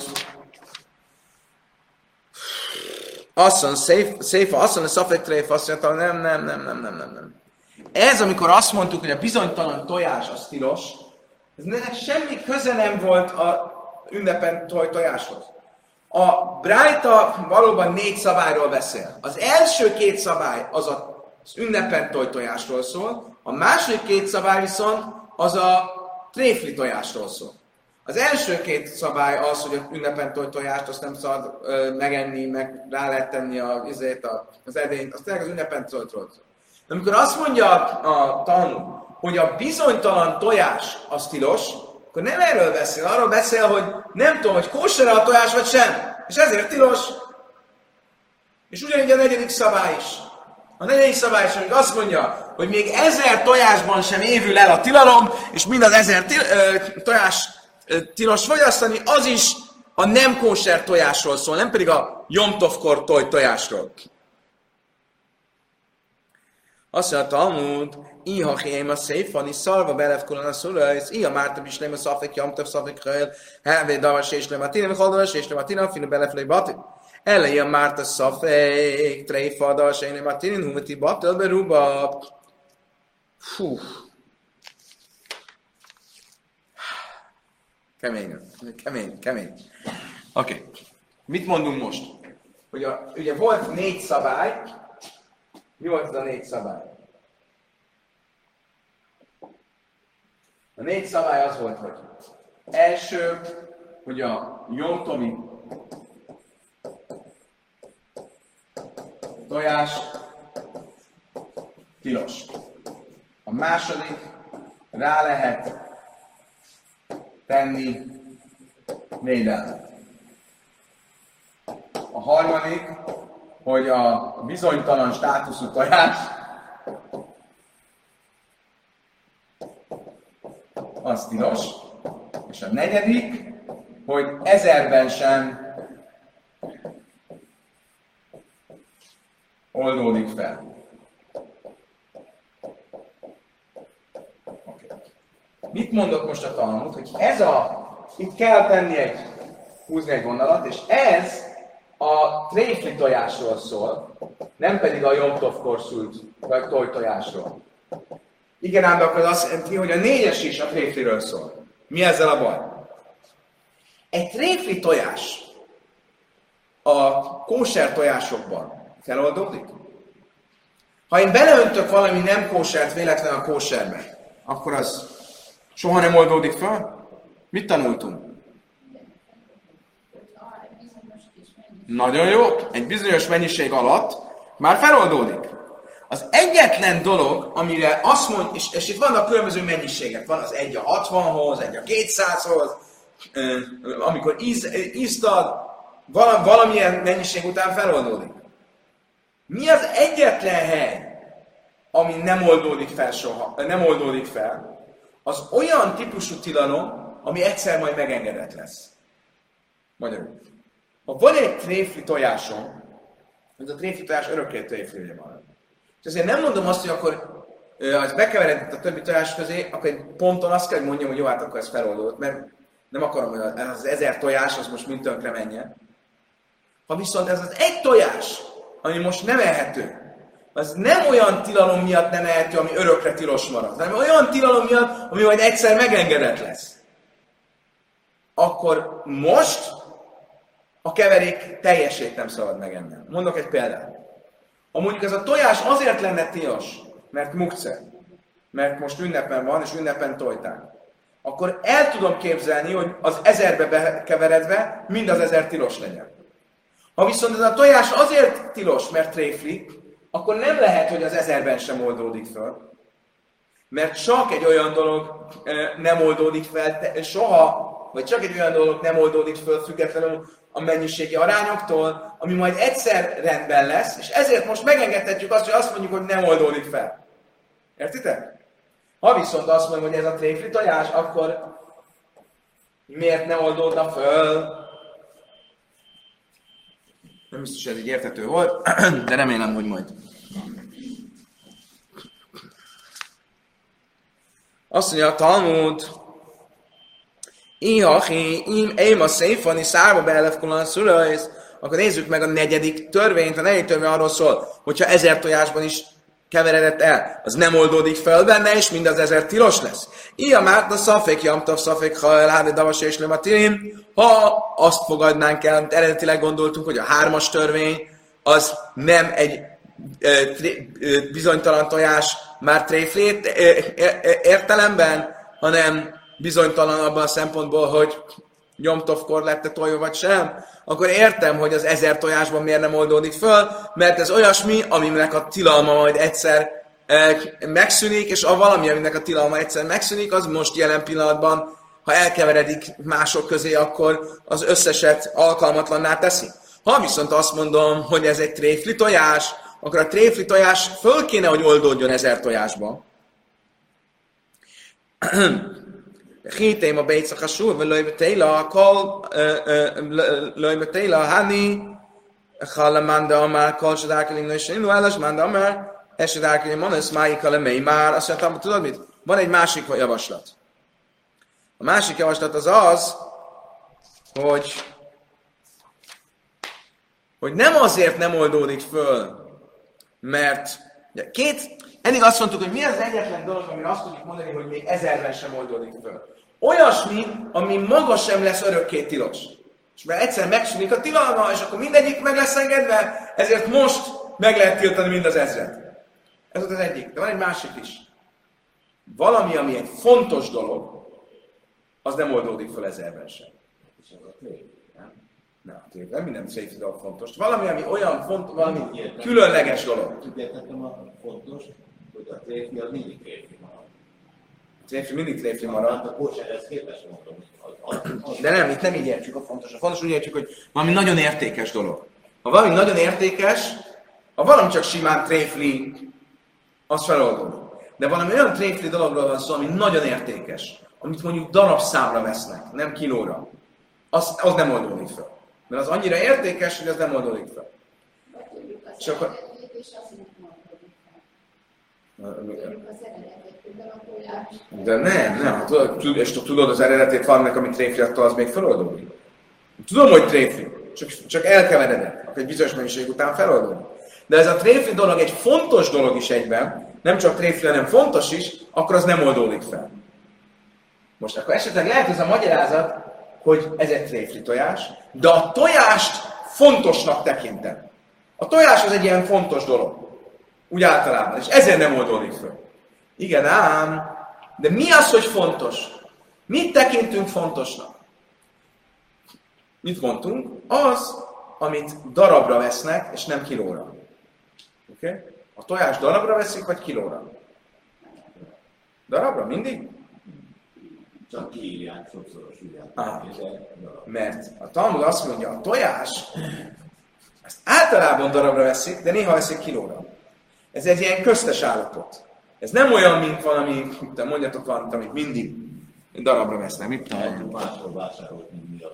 azt mondja, széfa, azt mondja, szafek tréfa, azt mondja, nem, nem, nem, nem, nem, nem, nem. Ez, amikor azt mondtuk, hogy a bizonytalan tojás az tilos, ennek semmi köze nem volt a ünnepen toj tojáshoz. A Brájta valóban négy szabályról beszél. Az első két szabály az az ünnepen toj tojásról szól, a második két szabály viszont az a tréfli tojásról szól. Az első két szabály az, hogy a ünnepen toj tojást azt nem szabad ö, megenni, meg rá lehet tenni a, azért a, az edényt, az tényleg az ünnepen toj tojásról szól. De amikor azt mondja a, a tanul, hogy a bizonytalan tojás az tilos, akkor nem erről beszél, arról beszél, hogy nem tudom, hogy kóser a tojás vagy sem, és ezért tilos. És ugyanígy a negyedik szabály is. A negyedik szabály is, amíg azt mondja, hogy még ezer tojásban sem évül el a tilalom, és mind az ezer til- ö, tojás ö, tilos fogyasztani, az is a nem kóser tojásról szól, nem pedig a jomtovkor toj tojásról. Azt mondja a Talmud, Iha hém a széfani, szalva belevkulon a szulajsz, Iha mártam is nem a szafek, jamtov szafek röjl, helvé davas és nem a tinem, haldalas és nem a tinem, finu beleflej batin. Elejé a márta szafek, tréfadas, én nem a tinem, humeti batil beruba. Fú. Kemény, kemény, kemény. Oké. Okay. Mit mondunk most? Hogy a, ugye volt négy szabály. Mi volt ez a négy szabály? A négy szabály az volt, hogy első, hogy a jomtovi tojás tilos. A második, rá lehet tenni védelmet. A harmadik, hogy a bizonytalan státuszú tojás az tilos. És a negyedik, hogy ezerben sem oldódik fel. Okay. Mit mondok most a Talmud, hogy ez a, itt kell tenni egy, húzni egy vonalat, és ez a tréfli tojásról szól, nem pedig a jomtovkor szült vagy toj tojásról. Igen, ám, de akkor az azt jelenti, hogy a négyes is a tréfliről szól. Mi ezzel a baj? Egy tréfli tojás a kóser tojásokban feloldódik? Ha én beleöntök valami nem kósert véletlenül a kóserbe, akkor az soha nem oldódik fel? Mit tanultunk? Nagyon jó. Egy bizonyos mennyiség alatt már feloldódik. Az egyetlen dolog, amire azt mond, és, és itt vannak különböző mennyiségek, van az egy a hatvanhoz, egy a kétszázhoz, amikor íz, íztad, valamilyen mennyiség után feloldódik. Mi az egyetlen hely, ami nem oldódik fel soha, nem oldódik fel, az olyan típusú tilalom, ami egyszer majd megengedett lesz. Magyarul. Ha van egy tréfli tojásom, ez a tréfli tojás örökké tréfli van. És azért nem mondom azt, hogy akkor, ha ez bekeveredett a többi tojás közé, akkor egy ponton azt kell, hogy mondjam, hogy jó, hát akkor ez feloldódott, mert nem akarom, hogy az ezer tojás, az most mind tönkre menjen. Ha viszont ez az egy tojás, ami most nem ehető, az nem olyan tilalom miatt nem ehető, ami örökre tilos marad, hanem olyan tilalom miatt, ami majd egyszer megengedett lesz. Akkor most a keverék teljesét nem szabad megennem. Mondok egy példát. Ha mondjuk ez a tojás azért lenne tilos, mert mukce, mert most ünnepen van, és ünnepen tojták, akkor el tudom képzelni, hogy az ezerbe bekeveredve mind az ezer tilos legyen. Ha viszont ez a tojás azért tilos, mert tréfli, akkor nem lehet, hogy az ezerben sem oldódik fel. Mert csak egy olyan dolog nem oldódik fel soha, vagy csak egy olyan dolog nem oldódik fel függetlenül a mennyiségi arányoktól, ami majd egyszer rendben lesz, és ezért most megengedhetjük azt, hogy azt mondjuk, hogy nem oldódik fel. Értitek? Ha viszont azt mondom, hogy ez a tréfli tojás, akkor miért ne oldódna föl? Nem biztos, hogy ez így érthető volt, de remélem, hogy majd. Azt mondja a Talmud, Ihachi, im, én a széfani szárba beelefkulan szülősz, akkor nézzük meg a negyedik törvényt. A negyedik törvény arról szól, hogyha ezer tojásban is keveredett el, az nem oldódik fel benne, és mind az ezer tilos lesz. Ilyen már a szafék jamtav, szafék hajládi davas és lömatirim. Ha azt fogadnánk el, amit eredetileg gondoltunk, hogy a hármas törvény az nem egy e, tri, e, bizonytalan tojás már tréflét e, e, e, értelemben, hanem bizonytalan abban a szempontból, hogy nyomtovkor lett-e tojva vagy sem, akkor értem, hogy az ezer tojásban miért nem oldódik föl, mert ez olyasmi, aminek a tilalma majd egyszer e, megszűnik, és a valami, aminek a tilalma egyszer megszűnik, az most jelen pillanatban, ha elkeveredik mások közé, akkor az összeset alkalmatlanná teszi. Ha viszont azt mondom, hogy ez egy tréfli tojás, akkor a tréfli tojás föl kéne, hogy oldódjon ezer tojásba. Hítém a bejtszak a súr, vagy lőjbe téla a kol, lőjbe téla a hani, hallamanda amár, kol sedákelim, és indul eles, manda amár, esedákelim, monesz, máik a lemei már. Azt mondtam, tudod mit? Van egy másik javaslat. A másik javaslat az az, hogy, hogy nem azért nem oldódik föl, mert két, eddig azt mondtuk, hogy mi az egyetlen dolog, amire azt tudjuk mondani, hogy még ezerben sem oldódik föl. Olyasmi, ami maga sem lesz örökké tilos. És mert egyszer megszűnik a tilalma, és akkor mindegyik meg lesz engedve, ezért most meg lehet tiltani mind az ezret. Ez volt az egyik. De van egy másik is. Valami, ami egy fontos dolog, az nem oldódik föl ezerben sem. És az a tréfli, nem? Nem, nem minden tréfli dolog fontos. Valami, ami olyan fontos, valami különleges dolog. Úgy értettem a fontos, hogy a tréfli az mindig tréfli marad. A tréfli mindig tréfli marad. Hát a kóserhez képest mondom, hogy de nem, itt nem így értjük a fontos. A fontos úgy értjük, hogy valami nagyon értékes dolog. Ha valami nagyon értékes, ha valami csak simán tréfli, az feloldódik. De valami olyan tréfli dologról van szó, ami nagyon értékes, amit mondjuk darabszámra vesznek, nem kilóra, az, az nem oldódik fel. Mert az annyira értékes, hogy az nem oldódik fel. És akkor... De nem, nem. Tudod, és tudod az eredetét valamnek, ami tréfli, attól az még feloldódik. Tudom, hogy tréfli, csak, csak elkeveredett, akkor egy bizonyos mennyiség után feloldódik. De ez a tréfli dolog egy fontos dolog is egyben, nem csak tréfli, hanem fontos is, akkor az nem oldódik fel. Most akkor esetleg lehet ez a magyarázat, hogy ez egy tréfli tojás, de a tojást fontosnak tekintem. A tojás az egy ilyen fontos dolog. Úgy általában. És ezért nem oldódik föl. Igen ám, de mi az, hogy fontos? Mit tekintünk fontosnak? Mit mondtunk? Az, amit darabra vesznek, és nem kilóra. Oké? Okay? A tojás darabra veszik, vagy kilóra? Darabra? Mindig? Csak kiírják sokszoros Ah, mert a Talmud azt mondja, a tojás, ezt általában darabra veszik, de néha veszik kilóra. Ez egy ilyen köztes állapot. Ez nem olyan, mint valami, te mondjatok valamit, amit mindig darabra vesznek. Mit tudom? Máshol vásárolt, mint mi a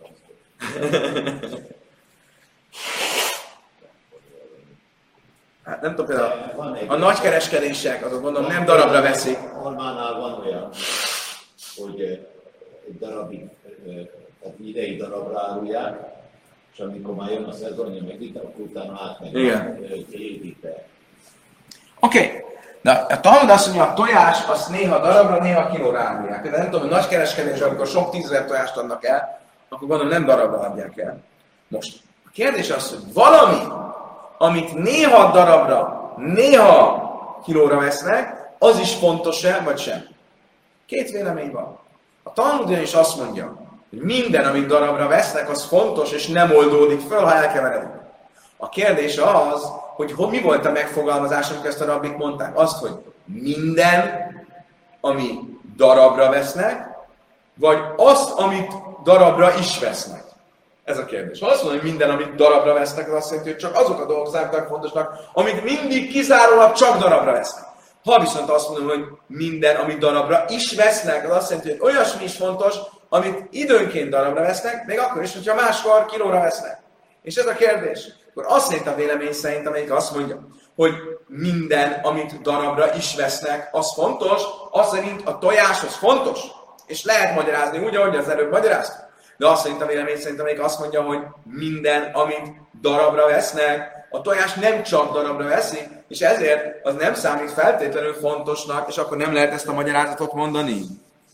Hát nem tudom, például a nagykereskedések, azok gondolom nem darabra veszik. Almánál van olyan, hogy egy darabig, tehát idei darabra árulják, és amikor már jön a szezonja, meg itt, akkor utána átmegy évite. Oké, okay. De a Talmud azt mondja, a tojás azt néha darabra, néha kilóra árulják. Például nem tudom, hogy nagy kereskedés, amikor sok tízezer tojást adnak el, akkor gondolom nem darabra adják el. Most a kérdés az, hogy valami, amit néha darabra, néha kilóra vesznek, az is fontos-e, vagy sem? Két vélemény van. A Talmud is azt mondja, hogy minden, amit darabra vesznek, az fontos, és nem oldódik föl, ha elkeveredik. A kérdés az, hogy mi volt a megfogalmazás, amikor ezt a rabbik mondták? Azt, hogy minden, ami darabra vesznek, vagy azt, amit darabra is vesznek? Ez a kérdés. Ha azt mondom, hogy minden, amit darabra vesznek, az azt jelenti, hogy csak azok a dolgok számítanak fontosnak, amit mindig kizárólag csak darabra vesznek. Ha viszont azt mondom, hogy minden, amit darabra is vesznek, az azt jelenti, hogy olyasmi is fontos, amit időnként darabra vesznek, még akkor is, hogyha máskor kilóra vesznek. És ez a kérdés. Akkor azt szerint a vélemény szerint, amelyik azt mondja, hogy minden, amit darabra is vesznek, az fontos, az szerint a tojás az fontos. És lehet magyarázni úgy, ahogy az előbb magyaráztuk. De azt szerint a vélemény szerint, amelyik azt mondja, hogy minden, amit darabra vesznek, a tojás nem csak darabra veszik, és ezért az nem számít feltétlenül fontosnak, és akkor nem lehet ezt a magyarázatot mondani.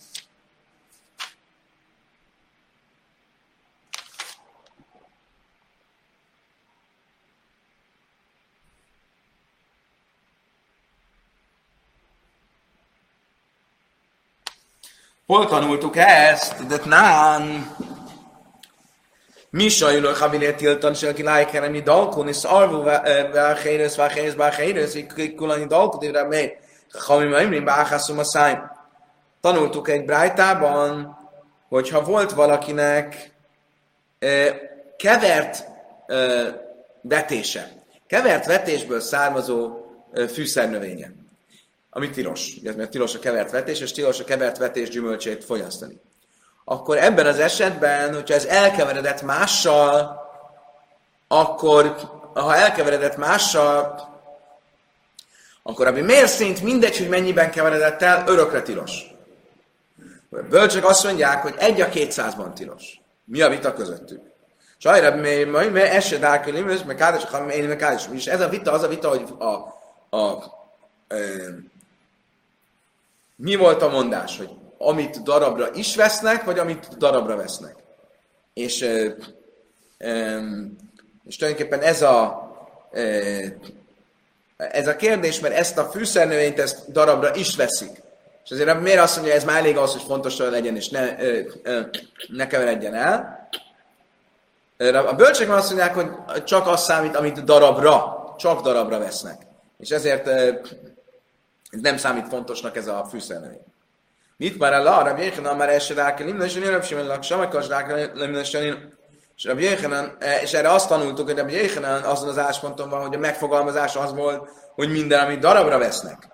Hol tanultuk ezt? De nán. Misha ülő habilé tiltan, se aki lájkerem i dalkun, és arvú váhérész, váhérész, váhérész, így kulani dalkun, ide még. Hami maimrim, báhászom a szájm. Tanultuk egy brájtában, hogyha volt valakinek eh, kevert eh, vetése, kevert vetésből származó eh, fűszernövénye, ami tilos, ugye, mert tilos a kevert vetés, és tilos a kevert vetés gyümölcsét fogyasztani. Akkor ebben az esetben, hogyha ez elkeveredett mással, akkor, ha elkeveredett mással, akkor ami miért szint mindegy, hogy mennyiben keveredett el, örökre tilos. A bölcsök azt mondják, hogy egy a kétszázban tilos. Mi a vita közöttük? Sajra, mert eset álkülömöz, meg kádás, ha én meg kádás. És ez a vita, az a vita, hogy a, a, a, mi volt a mondás, hogy amit darabra is vesznek, vagy amit darabra vesznek. És, és tulajdonképpen ez a, ez a kérdés, mert ezt a fűszernövényt ezt darabra is veszik. És azért miért azt mondja, hogy ez már elég az, hogy fontos legyen, és ne, ne keveredjen el. A bölcsek azt mondják, hogy csak az számít, amit darabra, csak darabra vesznek. És ezért ez nem számít fontosnak ez a fűszernövény. Mit már el arra, Rabbi már első rákel, limnesen, Rabbi Shimon laksam, akkor rákel, limnesen, és Rabbi Yechanan, és erre azt tanultuk, hogy Rabbi Yechanan azon az állásponton van, hogy a megfogalmazás az volt, hogy minden, amit darabra vesznek.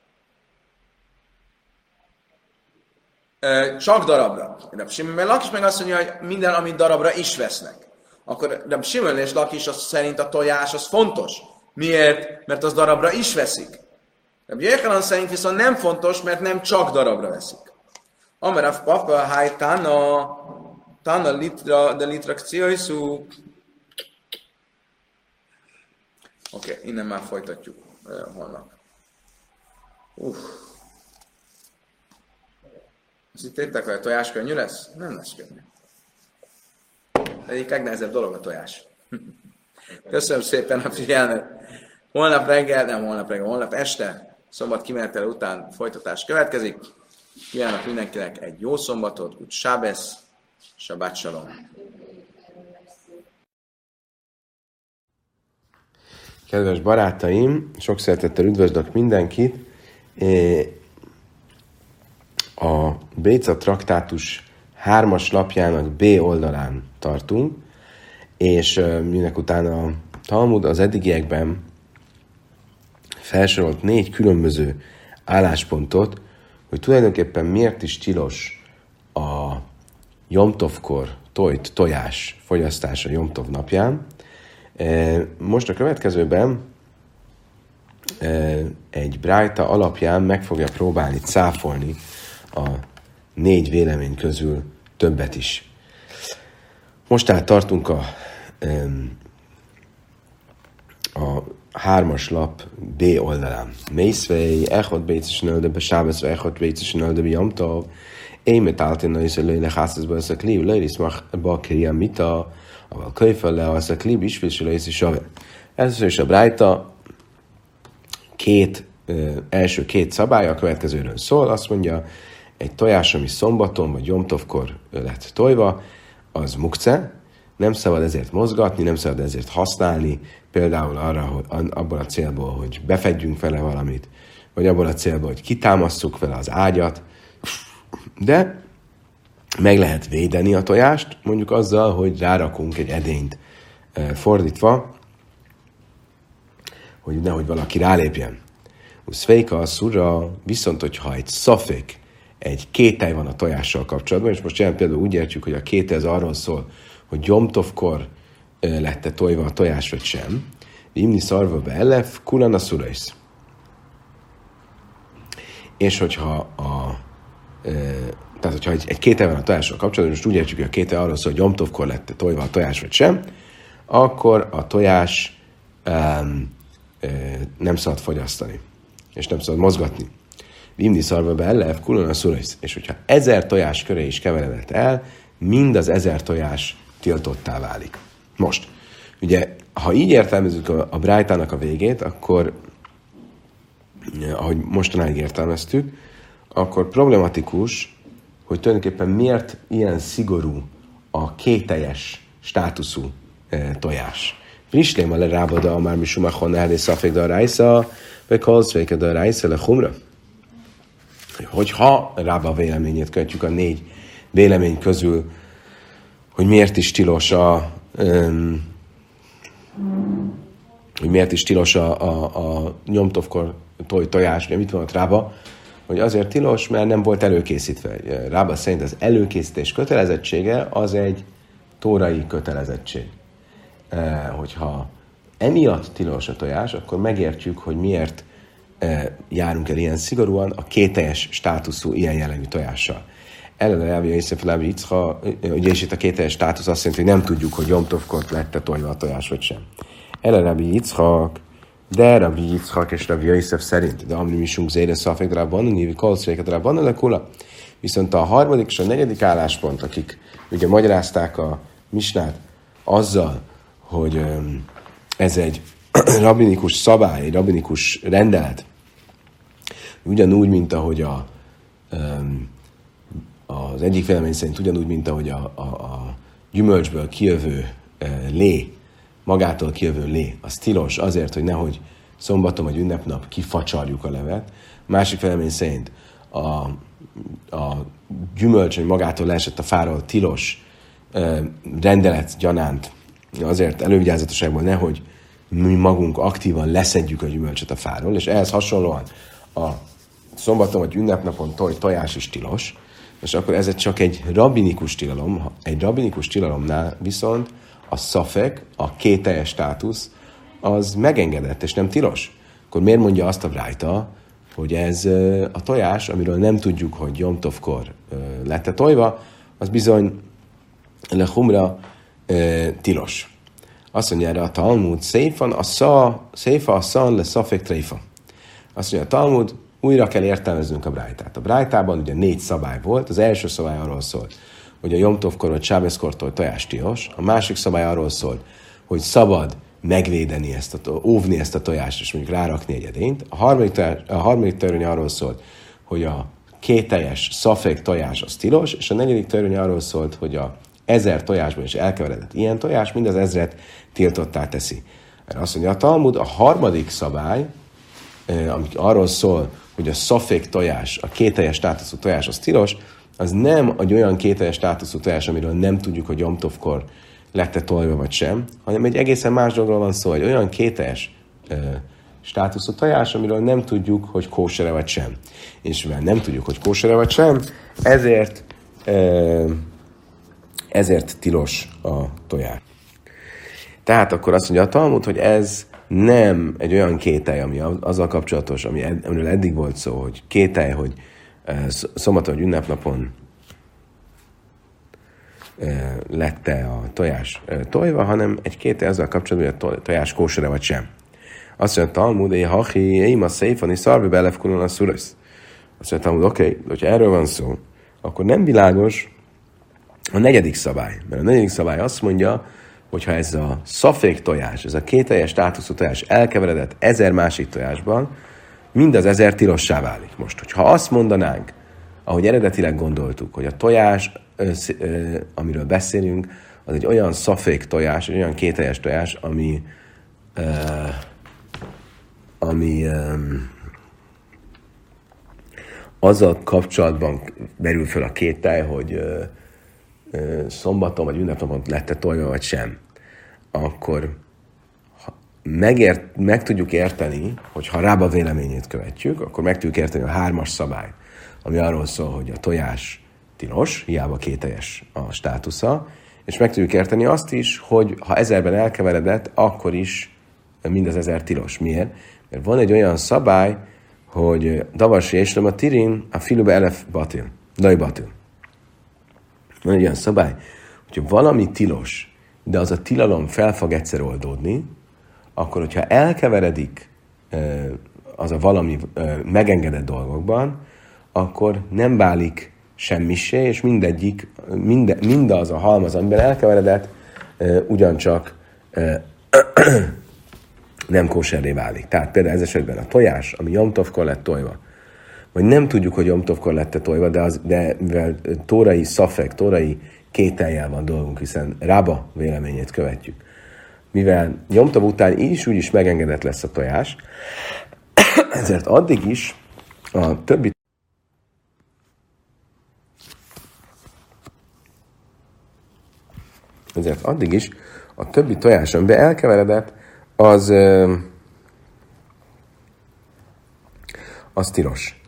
Csak darabra. Rabbi Shimon Lakis meg azt mondja, hogy minden, amit darabra is vesznek. Akkor Rabbi Shimon és Lakis szerint a tojás az fontos. Miért? Mert az darabra is veszik. Rabbi Yechanan szerint viszont nem fontos, mert nem csak darabra veszik. Amarav papa háj tána, tána litra, de litrakcióiszú. Oké, okay, innen már folytatjuk uh, holnap. Uff. Azt hittétek, hogy a tojás könnyű lesz? Nem lesz könnyű. Egyik legnehezebb dolog a tojás. Köszönöm szépen a figyelmet. Holnap reggel, nem holnap reggel, holnap este, szombat kimenetele után folytatás következik. Kívánok mindenkinek egy jó szombatot, úgy sábesz, sabát salom. Kedves barátaim, sok szeretettel üdvözlök mindenkit. A Béca traktátus hármas lapjának B oldalán tartunk, és minek utána a Talmud az eddigiekben felsorolt négy különböző álláspontot, hogy tulajdonképpen miért is tilos a Jomtovkor tojt, tojás fogyasztása Jomtov napján. Most a következőben egy brájta alapján meg fogja próbálni cáfolni a négy vélemény közül többet is. Most tehát tartunk a, a hármas lap B oldalán. Mészvei, echot bécesnölde, be sábeszve, echot bécesnölde, be Jomtov, émet általán is előle hászaszba össze klív, lőrisz ba kriya mita, aval kölyfel le az a klív is, és lőrisz is save. Ez is a brájta két, ö, első két szabálya a következőről szól. Azt mondja, egy tojás, ami szombaton vagy Jomtovkor lett tojva, az mukce, nem szabad ezért mozgatni, nem szabad ezért használni, például arra, hogy abból a célból, hogy befedjünk vele valamit, vagy abból a célból, hogy kitámasztjuk vele az ágyat, de meg lehet védeni a tojást, mondjuk azzal, hogy rárakunk egy edényt fordítva, hogy nehogy valaki rálépjen. Uszféka a szura, viszont hogyha egy szafék, egy kételj van a tojással kapcsolatban, és most jelen például úgy értjük, hogy a kételj az arról szól, hogy Jomtovkor lett-e tojva a tojás, vagy sem. Imni szarva be elef, kulan a szuraisz. És hogyha a e, tehát, hogyha egy, egy kételj van a tojással kapcsolatban, most úgy értjük, hogy a kételj arról szól, hogy Jomtovkor lett-e tojva a tojás, vagy sem, akkor a tojás um, e, nem szabad fogyasztani, és nem szabad mozgatni. Imni szarva be elef, kulan a szuraisz. És hogyha ezer tojás köré is keveredett el, mind az ezer tojás tiltottá válik. Most, ugye, ha így értelmezzük a, a brájtának a végét, akkor, ahogy mostanáig értelmeztük, akkor problematikus, hogy tulajdonképpen miért ilyen szigorú a kételjes státuszú e, tojás. Frislém a lerábada a már misumachon elé szafék a rájsza, vagy kalszvéked a rájsza le humra. Hogyha rába véleményét követjük a négy vélemény közül, hogy miért is tilos a um, hogy miért is tilos a, a, a Jomtovkor toj, tojás, ugye mit mondott Rába, hogy azért tilos, mert nem volt előkészítve. Rába szerint az előkészítés kötelezettsége az egy tórai kötelezettség. E, hogyha emiatt tilos a tojás, akkor megértjük, hogy miért e, járunk el ilyen szigorúan a kételjes státuszú ilyen jellegű tojással. Ellen Rábi Yosef Lábi Yitzcha, ugye és itt a kételjes státusz azt jelenti, hogy nem tudjuk, hogy Jomtovkor lett-e tojva a tojás, vagy sem. Ellen Rábi Yitzchak, de Rábi Yitzchak és Rábi Yosef szerint, de amri misunk zére szafek drában, nívi kolszvéket drában, le kula. Viszont a harmadik és a negyedik álláspont, akik ugye magyarázták a misnát azzal, hogy ez egy rabinikus szabály, egy rabinikus rendelet, ugyanúgy, mint ahogy a az egyik vélemény szerint ugyanúgy, mint ahogy a, a, a gyümölcsből kijövő e, lé, magától kijövő lé, az tilos azért, hogy nehogy szombaton vagy ünnepnap kifacsarjuk a levet. Másik vélemény szerint a, a gyümölcs, hogy magától leesett a fáról tilos e, rendelet gyanánt azért elővigyázatosságból nehogy mi magunk aktívan leszedjük a gyümölcsöt a fáról, és ehhez hasonlóan a szombaton vagy ünnepnapon toj, tojás is tilos, és akkor ez csak egy rabinikus tilalom. Egy rabinikus tilalomnál viszont a szafek, a kételjes státusz, az megengedett, és nem tilos. Akkor miért mondja azt a brájta, hogy ez a tojás, amiről nem tudjuk, hogy Jomtovkor lett-e tojva, az bizony le humra tilos. Azt mondja erre a Talmud, széfan a szá, széfa a szan le szafek tréfa. Azt mondja a Talmud, újra kell értelmeznünk a brájtát. A brájtában ugye négy szabály volt. Az első szabály arról szólt, hogy a Jomtovkor vagy Sábeszkortól tojás tilos. A másik szabály arról szólt, hogy szabad megvédeni ezt a, óvni ezt a tojást, és mondjuk rárakni egy edényt. A harmadik, tojás, a harmadik törvény arról szólt, hogy a kételjes szafék tojás az tilos, és a negyedik törvény arról szólt, hogy a ezer tojásban is elkeveredett ilyen tojás, mind az ezret tiltottá teszi. Erre azt mondja a Talmud, a harmadik szabály, ami arról szól, hogy a szafék tojás, a kételjes státuszú tojás az tilos, az nem egy olyan kételjes státuszú tojás, amiről nem tudjuk, hogy Jom Tovkor lett-e tolva vagy sem, hanem egy egészen más dologról van szó, egy olyan kételjes uh, státuszú tojás, amiről nem tudjuk, hogy kósere vagy sem. És mivel nem tudjuk, hogy kósere vagy sem, ezért uh, ezért tilos a tojás. Tehát akkor azt mondja a Talmud, hogy ez nem egy olyan kételj, ami azzal kapcsolatos, ami ed, amiről eddig volt szó, hogy kételj, hogy uh, szombaton vagy ünnepnapon uh, lett-e a tojás uh, tojva, hanem egy kételj azzal kapcsolatban, hogy a tojás kósere vagy sem. Azt mondja a Talmud, éj hachi, éj ma széfani, szarvi belefkulon a szurasz. Azt mondja a Talmud, oké, okay, hogyha erről van szó, akkor nem világos a negyedik szabály. Mert a negyedik szabály azt mondja, hogyha ez a szafék tojás, ez a kételjes státuszú tojás elkeveredett ezer másik tojásban, mind az ezer tilossá válik. Most, hogyha azt mondanánk, ahogy eredetileg gondoltuk, hogy a tojás, amiről beszélünk, az egy olyan szafék tojás, egy olyan kételjes tojás, ami ami azzal kapcsolatban merül föl a kételj, hogy szombaton vagy ünnepnapon lett-e tolva vagy sem, akkor megért, meg tudjuk érteni, hogy ha Rába véleményét követjük, akkor meg tudjuk érteni a hármas szabály, ami arról szól, hogy a tojás tilos, hiába kételjes a státusza, és meg tudjuk érteni azt is, hogy ha ezerben elkeveredett, akkor is mind az ezer tilos. Miért? Mert van egy olyan szabály, hogy davasi és a tirin a filube elef batil, daj batil. Van egy olyan szabály, hogyha valami tilos, de az a tilalom fel fog egyszer oldódni, akkor, hogyha elkeveredik az a valami megengedett dolgokban, akkor nem válik semmisé, és mindegyik, mind, mindaz a halmaz, amiben elkeveredett, ugyancsak nem kóserré válik. Tehát például ez esetben a tojás, ami Jom Tovkor lett tojva, vagy nem tudjuk, hogy Jom Tovkor lett tojva, de, az, de mivel tórai szafek, tórai kétellyel van dolgunk, hiszen Rába véleményét követjük. Mivel Jom Tov után így is úgy is megengedett lesz a tojás, ezért addig is a többi ezért addig is a többi tojás, amiben elkeveredett, az, az tilos.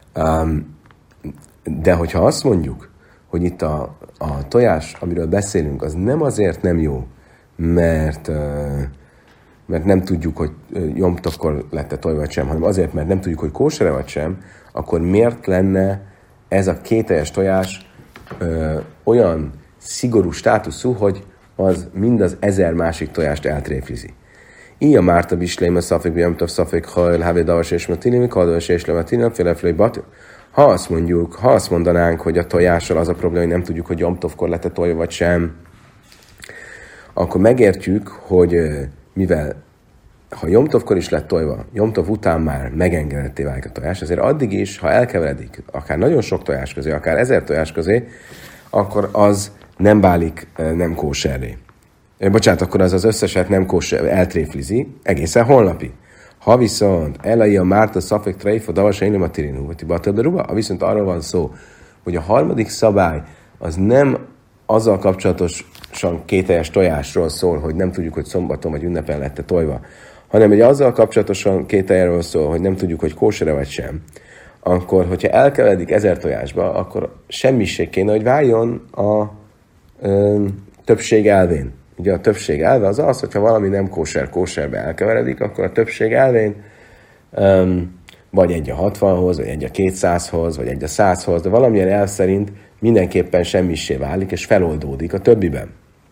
De hogyha azt mondjuk, hogy itt a, a tojás, amiről beszélünk, az nem azért nem jó, mert, mert nem tudjuk, hogy Jom Tovkor lett-e tojva vagy sem, hanem azért, mert nem tudjuk, hogy kósere vagy sem, akkor miért lenne ez a kételjes tojás ö, olyan szigorú státuszú, hogy az mind az ezer másik tojást eltréflizi. Így a Márta Bislém a szafék, Jom Tov szafék, hajl, hávé davas és matini, kadvas és lematini, féleflői batil. Ha azt mondjuk, ha azt mondanánk, hogy a tojással az a probléma, hogy nem tudjuk, hogy Jom Tovkor lett-e tojva vagy sem, akkor megértjük, hogy mivel ha Jom Tovkor is lett tojva, Jom Tov után már megengedetté válik a tojás, ezért addig is, ha elkeveredik, akár nagyon sok tojás közé, akár ezer tojás közé, akkor az nem válik nem kóserré. Bocsánat, akkor az az összeset nem kóser, eltréflizi egészen holnapig. Ha viszont elai a Márta szafék treifa davasa én nem a tirinú, vagy tibatöbberuba, ha viszont arról van szó, hogy a harmadik szabály az nem azzal kapcsolatosan kételjes tojásról szól, hogy nem tudjuk, hogy szombaton vagy ünnepen lett-e tojva, hanem egy azzal kapcsolatosan kételjesről szól, hogy nem tudjuk, hogy kósere vagy sem, akkor, hogyha elkeveredik ezer tojásba, akkor semmiség kéne, hogy váljon a ö, többség elvén. Ugye a többség elve az az, hogyha valami nem kóser, kóserbe elkeveredik, akkor a többség elvén um, vagy egy a hatvanhoz, vagy egy a kétszázhoz, vagy egy a százhoz, de valamilyen elv szerint mindenképpen semmissé válik, és feloldódik a többiben.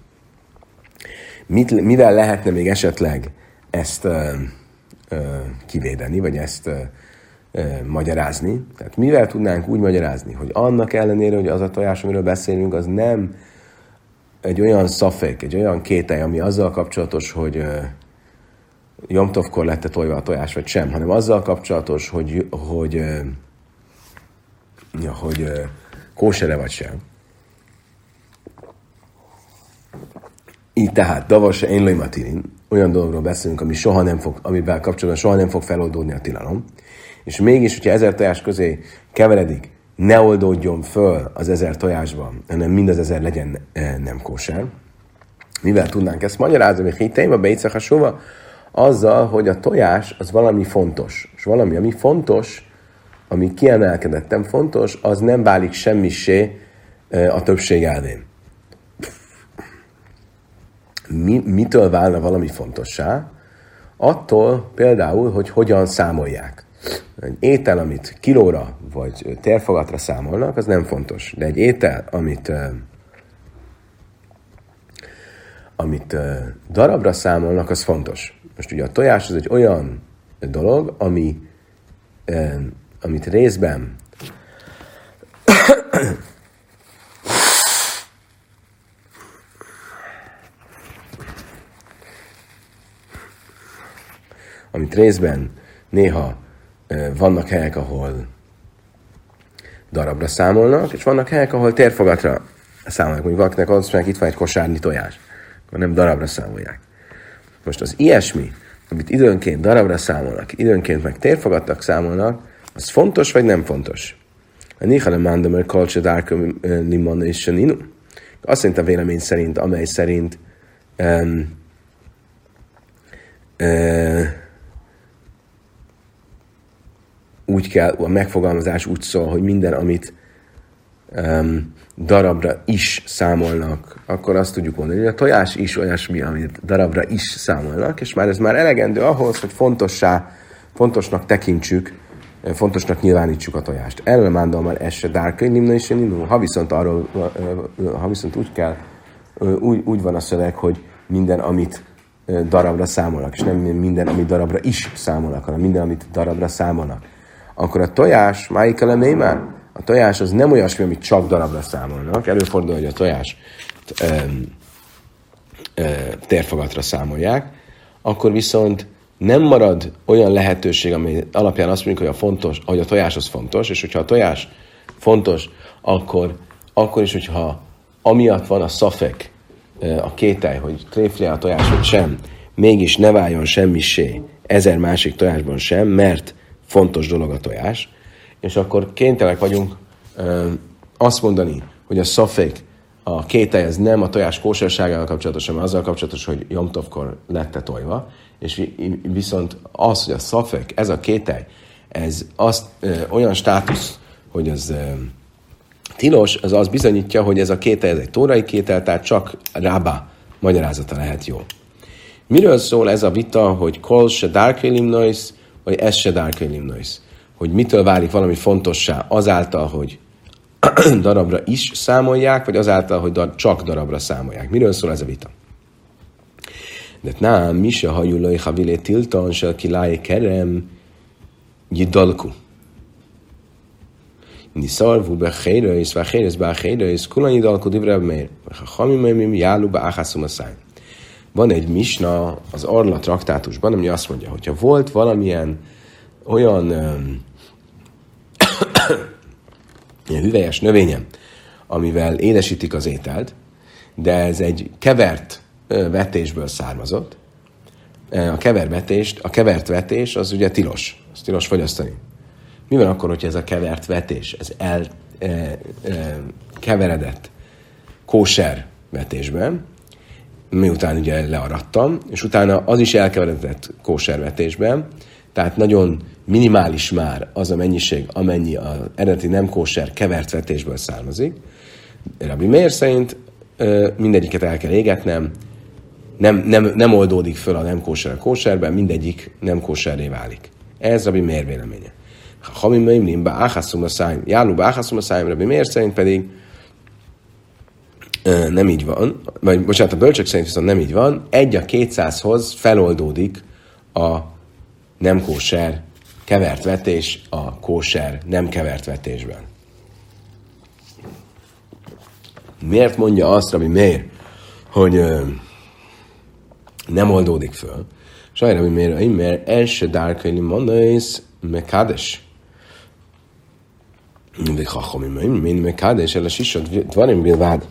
Mit, mivel lehetne még esetleg ezt uh, uh, kivédeni, vagy ezt uh, uh, magyarázni? Tehát mivel tudnánk úgy magyarázni, hogy annak ellenére, hogy az a tojás, amiről beszélünk, az nem egy olyan szafék, egy olyan kételj, ami azzal kapcsolatos, hogy, Jomtovkor lett tojva a tojás, vagy sem, hanem azzal kapcsolatos, hogy, hogy, ja, hogy kósere vagy sem. Így tehát, davas én lőmatirin, olyan dologról beszélünk, ami soha nem fog, amivel kapcsolatban soha nem fog feloldódni a tilalom. És mégis, hogyha ezer tojás közé keveredik, ne oldódjon föl az ezer tojásban, hanem mind az ezer legyen nem kóser. Mivel tudnánk ezt magyarázni, hogy hitéma bejtszak a sova, azzal, hogy a tojás az valami fontos. És valami, ami fontos, ami kiemelkedettem fontos, az nem válik semmisé a többség elvén. Mi, mitől válna valami fontossá? Attól például, hogy hogyan számolják. Egy étel, amit kilóra vagy térfogatra számolnak, az nem fontos. De egy étel, amit, amit darabra számolnak, az fontos. Most ugye a tojás az egy olyan dolog, ami, amit részben amit részben néha vannak helyek, ahol darabra számolnak, és vannak helyek, ahol térfogatra számolnak. Mondjuk valakinek azt mondják, itt van egy kosárnyi tojás, akkor nem darabra számolják. Most az ilyesmi, amit időnként darabra számolnak, időnként meg térfogatnak számolnak, az fontos vagy nem fontos? A Nihalem Mandamer Kalcsa Dárka Limon és Ninu. Azt szerint a vélemény szerint, amely szerint um, uh, úgy kell, a megfogalmazás úgy szól, hogy minden, amit um, darabra is számolnak, akkor azt tudjuk mondani, hogy a tojás is olyasmi, amit darabra is számolnak, és már ez már elegendő ahhoz, hogy fontossá, fontosnak tekintsük, fontosnak nyilvánítsuk a tojást. Erről mondom már ez se dárkönyv, nimna is nimna. Ha viszont arról, ha viszont úgy kell, úgy, úgy van a szöveg, hogy minden, amit darabra számolnak, és nem minden, amit darabra is számolnak, hanem minden, amit darabra számolnak. Akkor a tojás, májik elemé már? A tojás az nem olyasmi, amit csak darabra számolnak. Előfordul, hogy a tojás ö, ö, térfogatra számolják. Akkor viszont nem marad olyan lehetőség, ami alapján azt mondjuk, hogy a, fontos, hogy a tojás az fontos, és hogyha a tojás fontos, akkor, akkor is, hogyha amiatt van a szafek, a kételj, hogy tréfli a tojás, vagy sem, mégis ne váljon semmisé ezer másik tojásban sem, mert fontos dolog a tojás, és akkor kénytelenek vagyunk ö, azt mondani, hogy a szafek, a kételj, ez nem a tojás kóserságával kapcsolatos, hanem azzal kapcsolatos, hogy jomtovkor lett tojva, és viszont az, hogy a szafek, ez a kételj, ez azt, ö, olyan státusz, hogy az ö, tilos, az azt bizonyítja, hogy ez a kételj, ez egy tórai kételj, tehát csak rábá magyarázata lehet jó. Miről szól ez a vita, hogy kol se dárkélim nois, vagy ez se dárkélim nois? Hogy mitől válik valami fontossá azáltal, hogy darabra is számolják, vagy azáltal, hogy dar- csak darabra számolják. Miről szól ez a vita? De nem, mi se hajulai havilé tiltan, se kiláj kerem, jidalku. Niszarvú be héreis, vagy héreis be héreis, kulan jidalku divrebb mér, ha hamimemim jálu be áhászum a száj. Van egy misna az Arla traktátusban, ami azt mondja, hogyha volt valamilyen olyan um, ilyen hüvelyes növényem, amivel édesítik az ételt, de ez egy kevert ö, vetésből származott. A kevert vetést, a kevert vetés az ugye tilos, az tilos fogyasztani. Mi van akkor, hogyha ez a kevert vetés, ez el e, e, keveredett kóser vetésben, miután ugye learadtam, és utána az is elkeveredett kóservetésben, tehát nagyon minimális már az a mennyiség, amennyi az eredeti nem kóser kevert vetésből származik. Rabbi Meir szerint mindegyiket el kell égetnem, nem, nem, nem oldódik föl a nem kóser a kóserben, mindegyik nem kóserré válik. Ez Rabbi Meir véleménye. Ha mi meimlim be áhászum a szájm, járló be áhászum a szájm, Rabbi Meir szerint pedig nem így van, vagy bocsánat, a bölcsök szerint viszont nem így van, egy a kétszázhoz feloldódik a nem kóser kevert vetés a kóser nem kevert vetésben. Miért mondja azt Rabbi Meir, hogy ö, nem oldódik föl? Sajra, hogy miért, mert első dárkaili mondanész mekades. De chachomim, mint mekades, el a sisod, dvarim bilvád.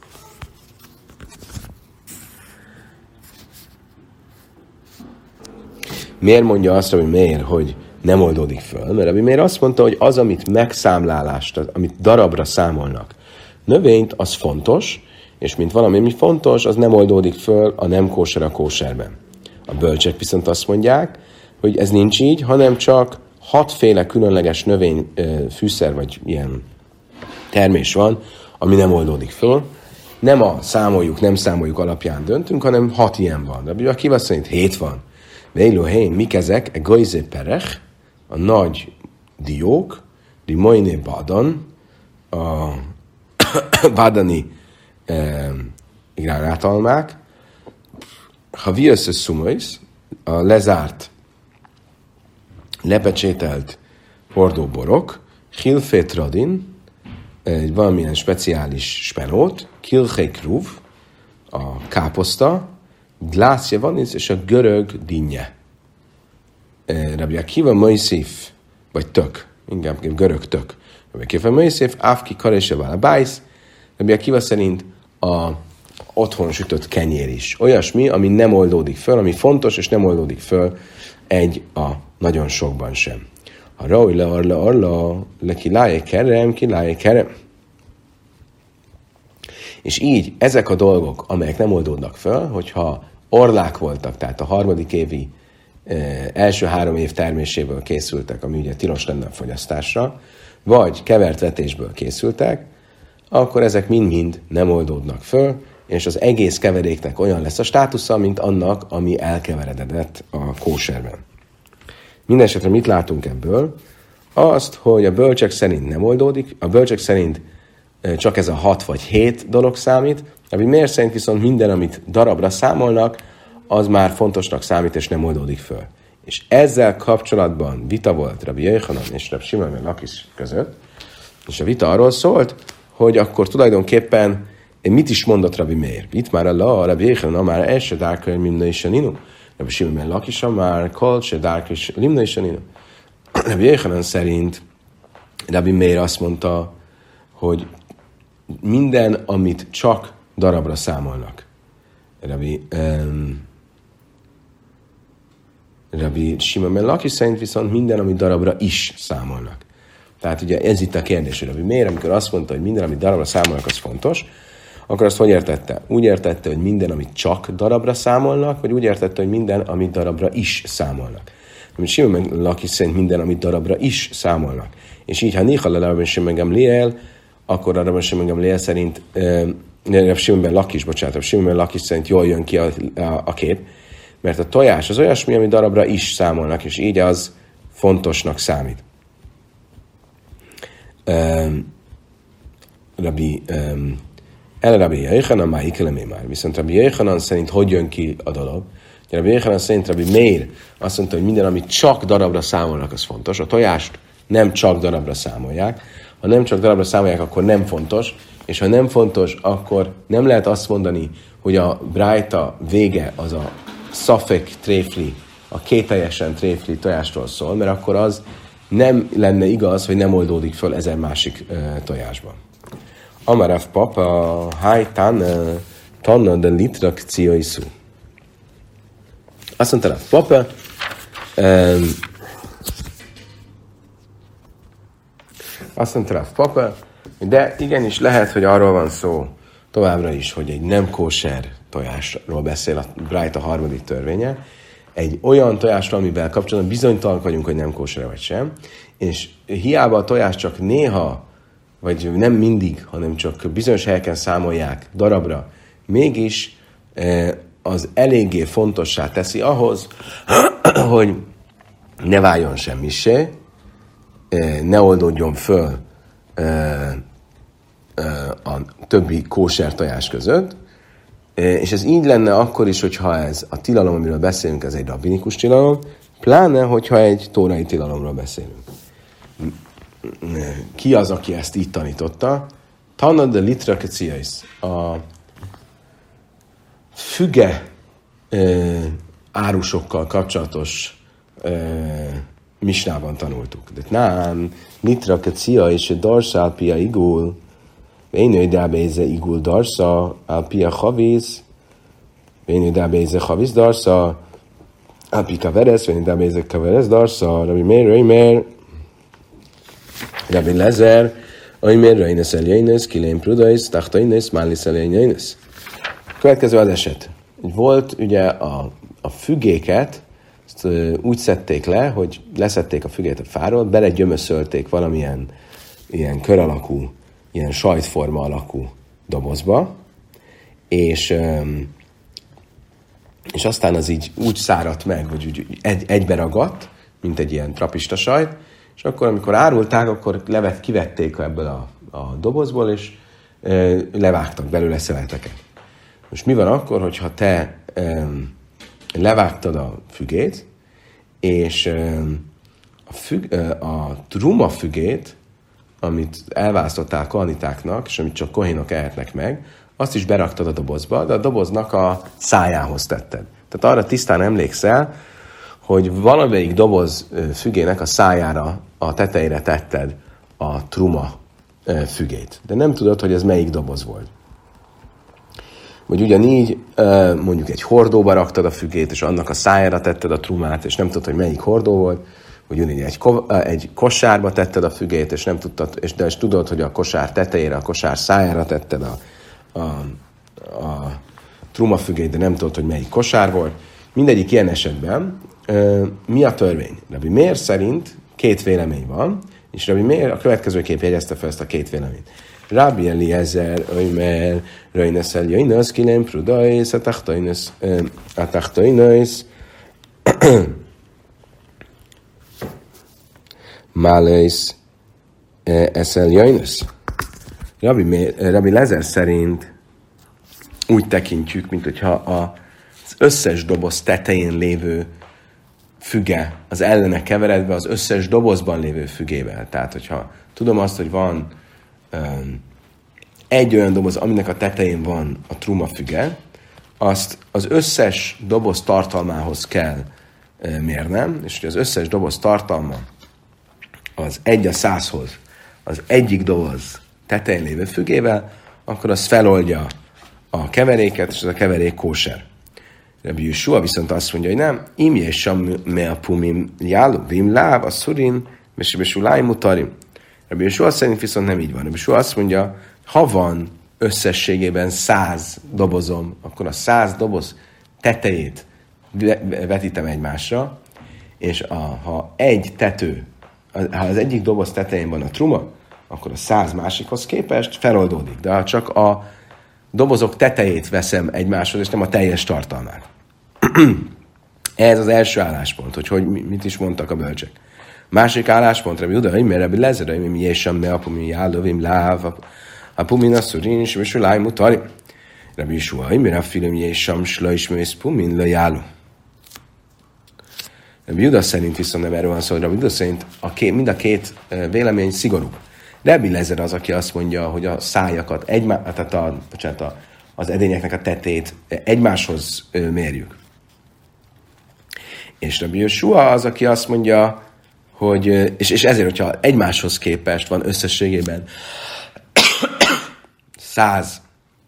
Miért mondja azt, hogy miért, hogy nem oldódik föl? Mert Rabbi Meir azt mondta, hogy az, amit megszámlálást, amit darabra számolnak, növényt, az fontos, és mint valami, ami fontos, az nem oldódik föl a nem kóser a kóserben. A bölcsek viszont azt mondják, hogy ez nincs így, hanem csak hatféle különleges növény, fűszer, vagy ilyen termés van, ami nem oldódik föl. Nem a számoljuk, nem számoljuk alapján döntünk, hanem hat ilyen van. De Rabbi Akiva szerint hét van. Vélo hén, mik ezek? E gajzé perech, a nagy diók, di moiné badan, a bádani e, gránátalmák, ha viasz szumajsz, a lezárt, lepecsételt hordóborok, hilfét radin, egy valamilyen speciális spenót, kilchekruv, a káposzta, glászja van, és a görög dinnye. Rabbi Akiva Moiszif, vagy tök, inkább görög tök. Rabbi Akiva Moiszif, Áfki Karése Válabájsz, Rabbi Akiva szerint a otthon sütött kenyér is. Olyasmi, ami nem oldódik föl, ami fontos, és nem oldódik föl egy a nagyon sokban sem. Ha raj le arla arla, le ki lájé kerem, ki lájé kerem. És így ezek a dolgok, amelyek nem oldódnak föl, hogyha orlák voltak, tehát a harmadik évi eh, első három év terméséből készültek, ami ugye tilos lenne a fogyasztásra, vagy kevert vetésből készültek, akkor ezek mind-mind nem oldódnak föl, és az egész keveréknek olyan lesz a státusza, mint annak, ami elkeveredett a kóserben. Mindenesetre mit látunk ebből? Azt, hogy a bölcsek szerint nem oldódik, a bölcsek szerint csak ez a hat vagy hét dolog számít, Rabbi Meir szerint viszont minden, amit darabra számolnak, az már fontosnak számít, és nem oldódik föl. És ezzel kapcsolatban vita volt Rabbi Yochanan és Rabbi Shimon ben Lakish között, és a vita arról szólt, hogy akkor tulajdonképpen mit is mondott Rabbi Meir? Itt már a la, Rabbi Yochanan már első dárkör limna is a ninu. Rabbi Shimon ben Lakish már kol se dárkör limna is a ninu. Rabbi Yochanan szerint Rabbi Meir azt mondta, hogy minden, amit csak darabra számolnak. Rabbi, um, Rabbi Shimon ben Lakish szerint viszont minden, amit darabra is számolnak. Tehát ugye ez itt a kérdés, Rabbi Meir, amikor azt mondta, hogy minden, amit darabra számolnak, az fontos, akkor azt hogy értette? Úgy értette, hogy minden, amit csak darabra számolnak, vagy úgy értette, hogy minden, amit darabra is számolnak. Rabbi Shimon ben Lakish szerint minden, amit darabra is számolnak. És így, ha Nichal le Rabbi Shimon ben Gamliel, akkor a Rabbi Shimon ben Gamliel szerint, uh, Rabbi Shimon ben Lakish, bocsánat, Rabbi Shimon ben Lakish szerint jól jön ki a, a, a kép, mert a tojás az olyasmi, ami darabra is számolnak, és így az fontosnak számít. Um, Rabbi um, El Rabbi Yochanan már ikelemé már, viszont Rabbi Yochanan szerint hogy jön ki a dolog? Rabbi Yochanan szerint Rabbi Meir azt mondta, hogy minden, amit csak darabra számolnak, az fontos. A tojást nem csak darabra számolják. Ha nem csak darabra számolják, akkor nem fontos, és ha nem fontos, akkor nem lehet azt mondani, hogy a brájta vége az a szafek tréfli, a kételjesen tréfli tojástól szól, mert akkor az nem lenne igaz, hogy nem oldódik föl ezer másik uh, tojásban. Amarav papa, háj tan, tanna de litrak ciaiszú. Azt mondta a papa, um, azt mondta a papa, de igenis lehet, hogy arról van szó továbbra is, hogy egy nem kóser tojásról beszél a Brájta harmadik törvénye, egy olyan tojásról, amivel kapcsolatban bizonytalanok vagyunk, hogy nem kóser vagy sem, és hiába a tojás csak néha, vagy nem mindig, hanem csak bizonyos helyeken számolják darabra, mégis az eléggé fontossá teszi ahhoz, hogy ne váljon semmissé, ne oldódjon föl a többi kóser tojás között, és ez így lenne akkor is, hogyha ez a tilalom, amiről beszélünk, ez egy rabbinikus tilalom, pláne, hogyha egy tórai tilalomról beszélünk. Ki az, aki ezt így tanította? Tanad de litra keciais. A füge árusokkal kapcsolatos uh, misnában tanultuk. De nem, mitra kecia és a darsa alpia igul, vénő dábéze igul darsa alpia havíz, vénő dábéze havíz darsa, alpi kaveres, vénő dábéze kaveres darsa, Rabbi Meir, Rabbi Meir, Rabbi Lezer, Oimer, Reines Eljeines, Kilén Prudais, Tachtaines, Mális Eljeines. Következő az eset. Volt ugye a, a fügéket, ezt úgy szedték le, hogy leszették a fügét a fáról, belegyömöszölték valamilyen ilyen kör alakú, ilyen sajtforma alakú dobozba, és, és aztán az így úgy száradt meg, vagy úgy egy, egybe ragadt, mint egy ilyen trapista sajt, és akkor, amikor árulták, akkor levet, kivették ebből a, a dobozból, és e, levágtak belőle szeleteket. Most mi van akkor, hogyha te e, levágtad a fügét, és e, a, füg, e, a truma fügét, amit elválasztottál kohanitáknak, és amit csak kohénok ehetnek meg, azt is beraktad a dobozba, de a doboznak a szájához tetted. Tehát arra tisztán emlékszel, hogy valamelyik doboz fügének a szájára, a tetejére tetted a truma fügét. De nem tudod, hogy ez melyik doboz volt. Vagy ugyanígy mondjuk egy hordóba raktad a fügét, és annak a szájára tetted a trumát, és nem tudod, hogy melyik hordó volt. Vagy ugyanígy egy, ko- egy kosárba tetted a fügét, és nem tudtad, és de és tudod, hogy a kosár tetejére, a kosár szájára tetted a, a, a truma fügét, de nem tudod, hogy melyik kosár volt. Mindegyik ilyen esetben Uh, mi a törvény? Rabbi Meir szerint két vélemény van, és Rabbi Meir a következőképp jegyezte fel ezt a két véleményt. Rabbi Eliezer, Oimer, Reines Eljeines, Kilén Prudais, a Tachtaines, Mális Eljeines. Rabbi Lezer szerint úgy tekintjük, mint hogyha az összes doboz tetején lévő füge az ellene keveredve az összes dobozban lévő fügével. Tehát, hogyha tudom azt, hogy van um, egy olyan doboz, aminek a tetején van a truma füge, azt az összes doboz tartalmához kell uh, mérnem, és hogy az összes doboz tartalma az egy a százhoz az egyik doboz tetején lévő fügével, akkor az feloldja a keveréket, és az a keverék kóser. Rabbi Yeshua viszont azt mondja, hogy nem, im jesam meapumim jálu, vim láv, a szurin, mesuláim mutarim. Rabbi Yeshua szerint viszont nem így van. Rabbi Yeshua azt mondja, ha van összességében száz dobozom, akkor a száz doboz tetejét vetítem egymásra, és a, ha egy tető, ha az egyik doboz tetején van a truma, akkor a száz másikhoz képest feloldódik. De ha csak a dobozok tetejét veszem egymáshoz, és nem a teljes tartalmát. Ez az első álláspont, hogy, hogy mit is mondtak a bölcsek. Másik álláspont, Rabbi Uda, mert Rabbi Lezer, hogy mi jesam ne apumi jálövim láv, apumin asszurin, és mesuláj mutari. Rabbi Yeshua, mert a film jesam sla is mész pumin le jáló. Rabbi Uda szerint viszont nem erről van szó, hogy Rabbi Uda szerint a két, mind a két vélemény szigorú. Rabbi Lezer az, aki azt mondja, hogy a szájakat, egymá, tehát a, bocsánat, a, az edényeknek a tetét egymáshoz mérjük. És Rabbi Yeshua az, aki azt mondja, hogy, és, és ezért, hogyha egymáshoz képest van összességében száz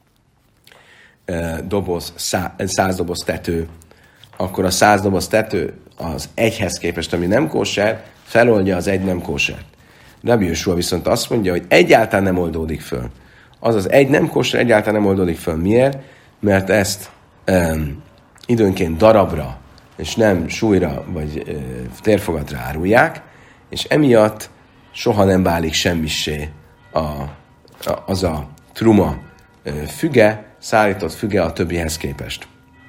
doboz, száz doboz tető, akkor a száz doboz tető az egyhez képest, ami nem kóser, feloldja az egy nem kósert. Rabbi Yeshua viszont azt mondja, hogy egyáltalán nem oldódik föl. Azaz egy nem kóser egyáltalán nem oldódik föl. Miért? Mert ezt um, időnként darabra, és nem súlyra, vagy uh, térfogatra árulják, és emiatt soha nem válik semmissé a, a, az a truma uh, füge, szállított füge a többihez képest.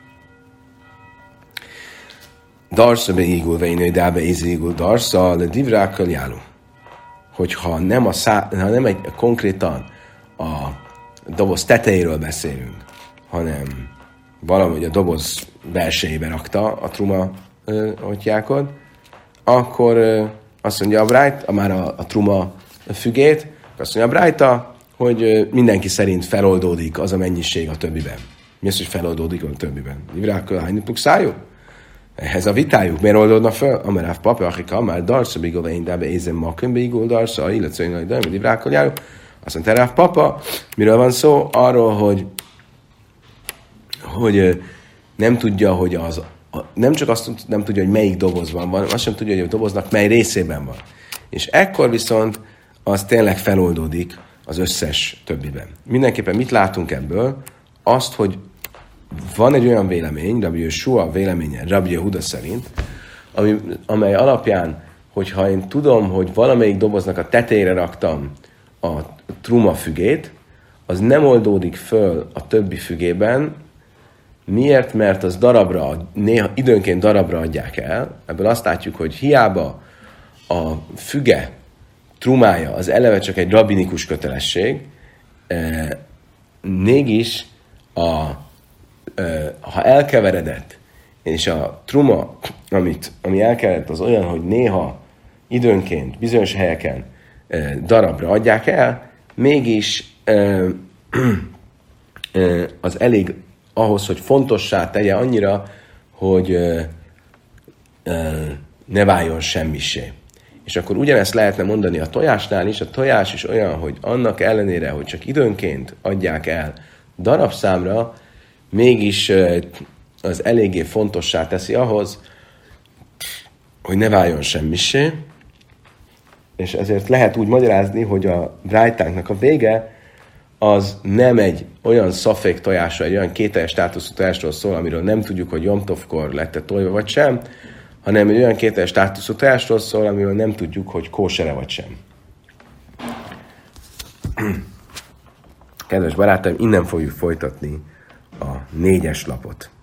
Darsza be ígul, veinő, dábe ízigul, darsza, le divrákkal jáló. Hogyha nem, a szá, ha nem egy konkrétan a doboz tetejéről beszélünk, hanem valahogy a doboz belsejébe rakta a truma atyákod, akkor ö, azt mondja a Brájta, már a, a truma fügét, azt mondja a Brájta, hogy ö, mindenki szerint feloldódik az a mennyiség a többiben. Mi az, hogy feloldódik a többiben? Ivrákkal hányni pukszájú? ehhez a vitájuk. Miért oldódna fel? Ameráv papa, akik már darsza, bigol, én dábe ézem makön, bigol, darsza, illetve én de mindig rákoljájuk. Azt mondta, Ráv papa, miről van szó? Arról, hogy, hogy nem tudja, hogy az, nem csak azt nem tudja, hogy melyik dobozban van, azt sem tudja, hogy a doboznak mely részében van. És ekkor viszont az tényleg feloldódik az összes többiben. Mindenképpen mit látunk ebből? Azt, hogy van egy olyan vélemény, Rabbi Yeshua véleménye, Rabbi Yehuda szerint, ami, amely alapján, hogyha én tudom, hogy valamelyik doboznak a tetejére raktam a truma fügét, az nem oldódik föl a többi fügében. Miért? Mert az darabra, néha időnként darabra adják el. Ebből azt látjuk, hogy hiába a füge trumája az eleve csak egy rabbinikus kötelesség, eh, mégis a, eh, ha elkeveredett, és a truma, amit, ami elkeveredett, az olyan, hogy néha időnként bizonyos helyeken eh, darabra adják el, mégis eh, eh, az elég ahhoz, hogy fontossá tegye annyira, hogy eh, eh, ne váljon semmisé. És akkor ugyanezt lehetne mondani a tojásnál is. A tojás is olyan, hogy annak ellenére, hogy csak időnként adják el darabszámra, mégis az eléggé fontossá teszi ahhoz, hogy ne váljon semmisé. És ezért lehet úgy magyarázni, hogy a brájtánknak a vége az nem egy olyan szafék tojásra, egy olyan kételjes státuszú tojásról szól, amiről nem tudjuk, hogy Jomtovkor lett-e tojva vagy sem, hanem egy olyan kételjes státuszú tojásról szól, amiről nem tudjuk, hogy kósere vagy sem. Kedves barátaim, innen fogjuk folytatni a négyes lapot.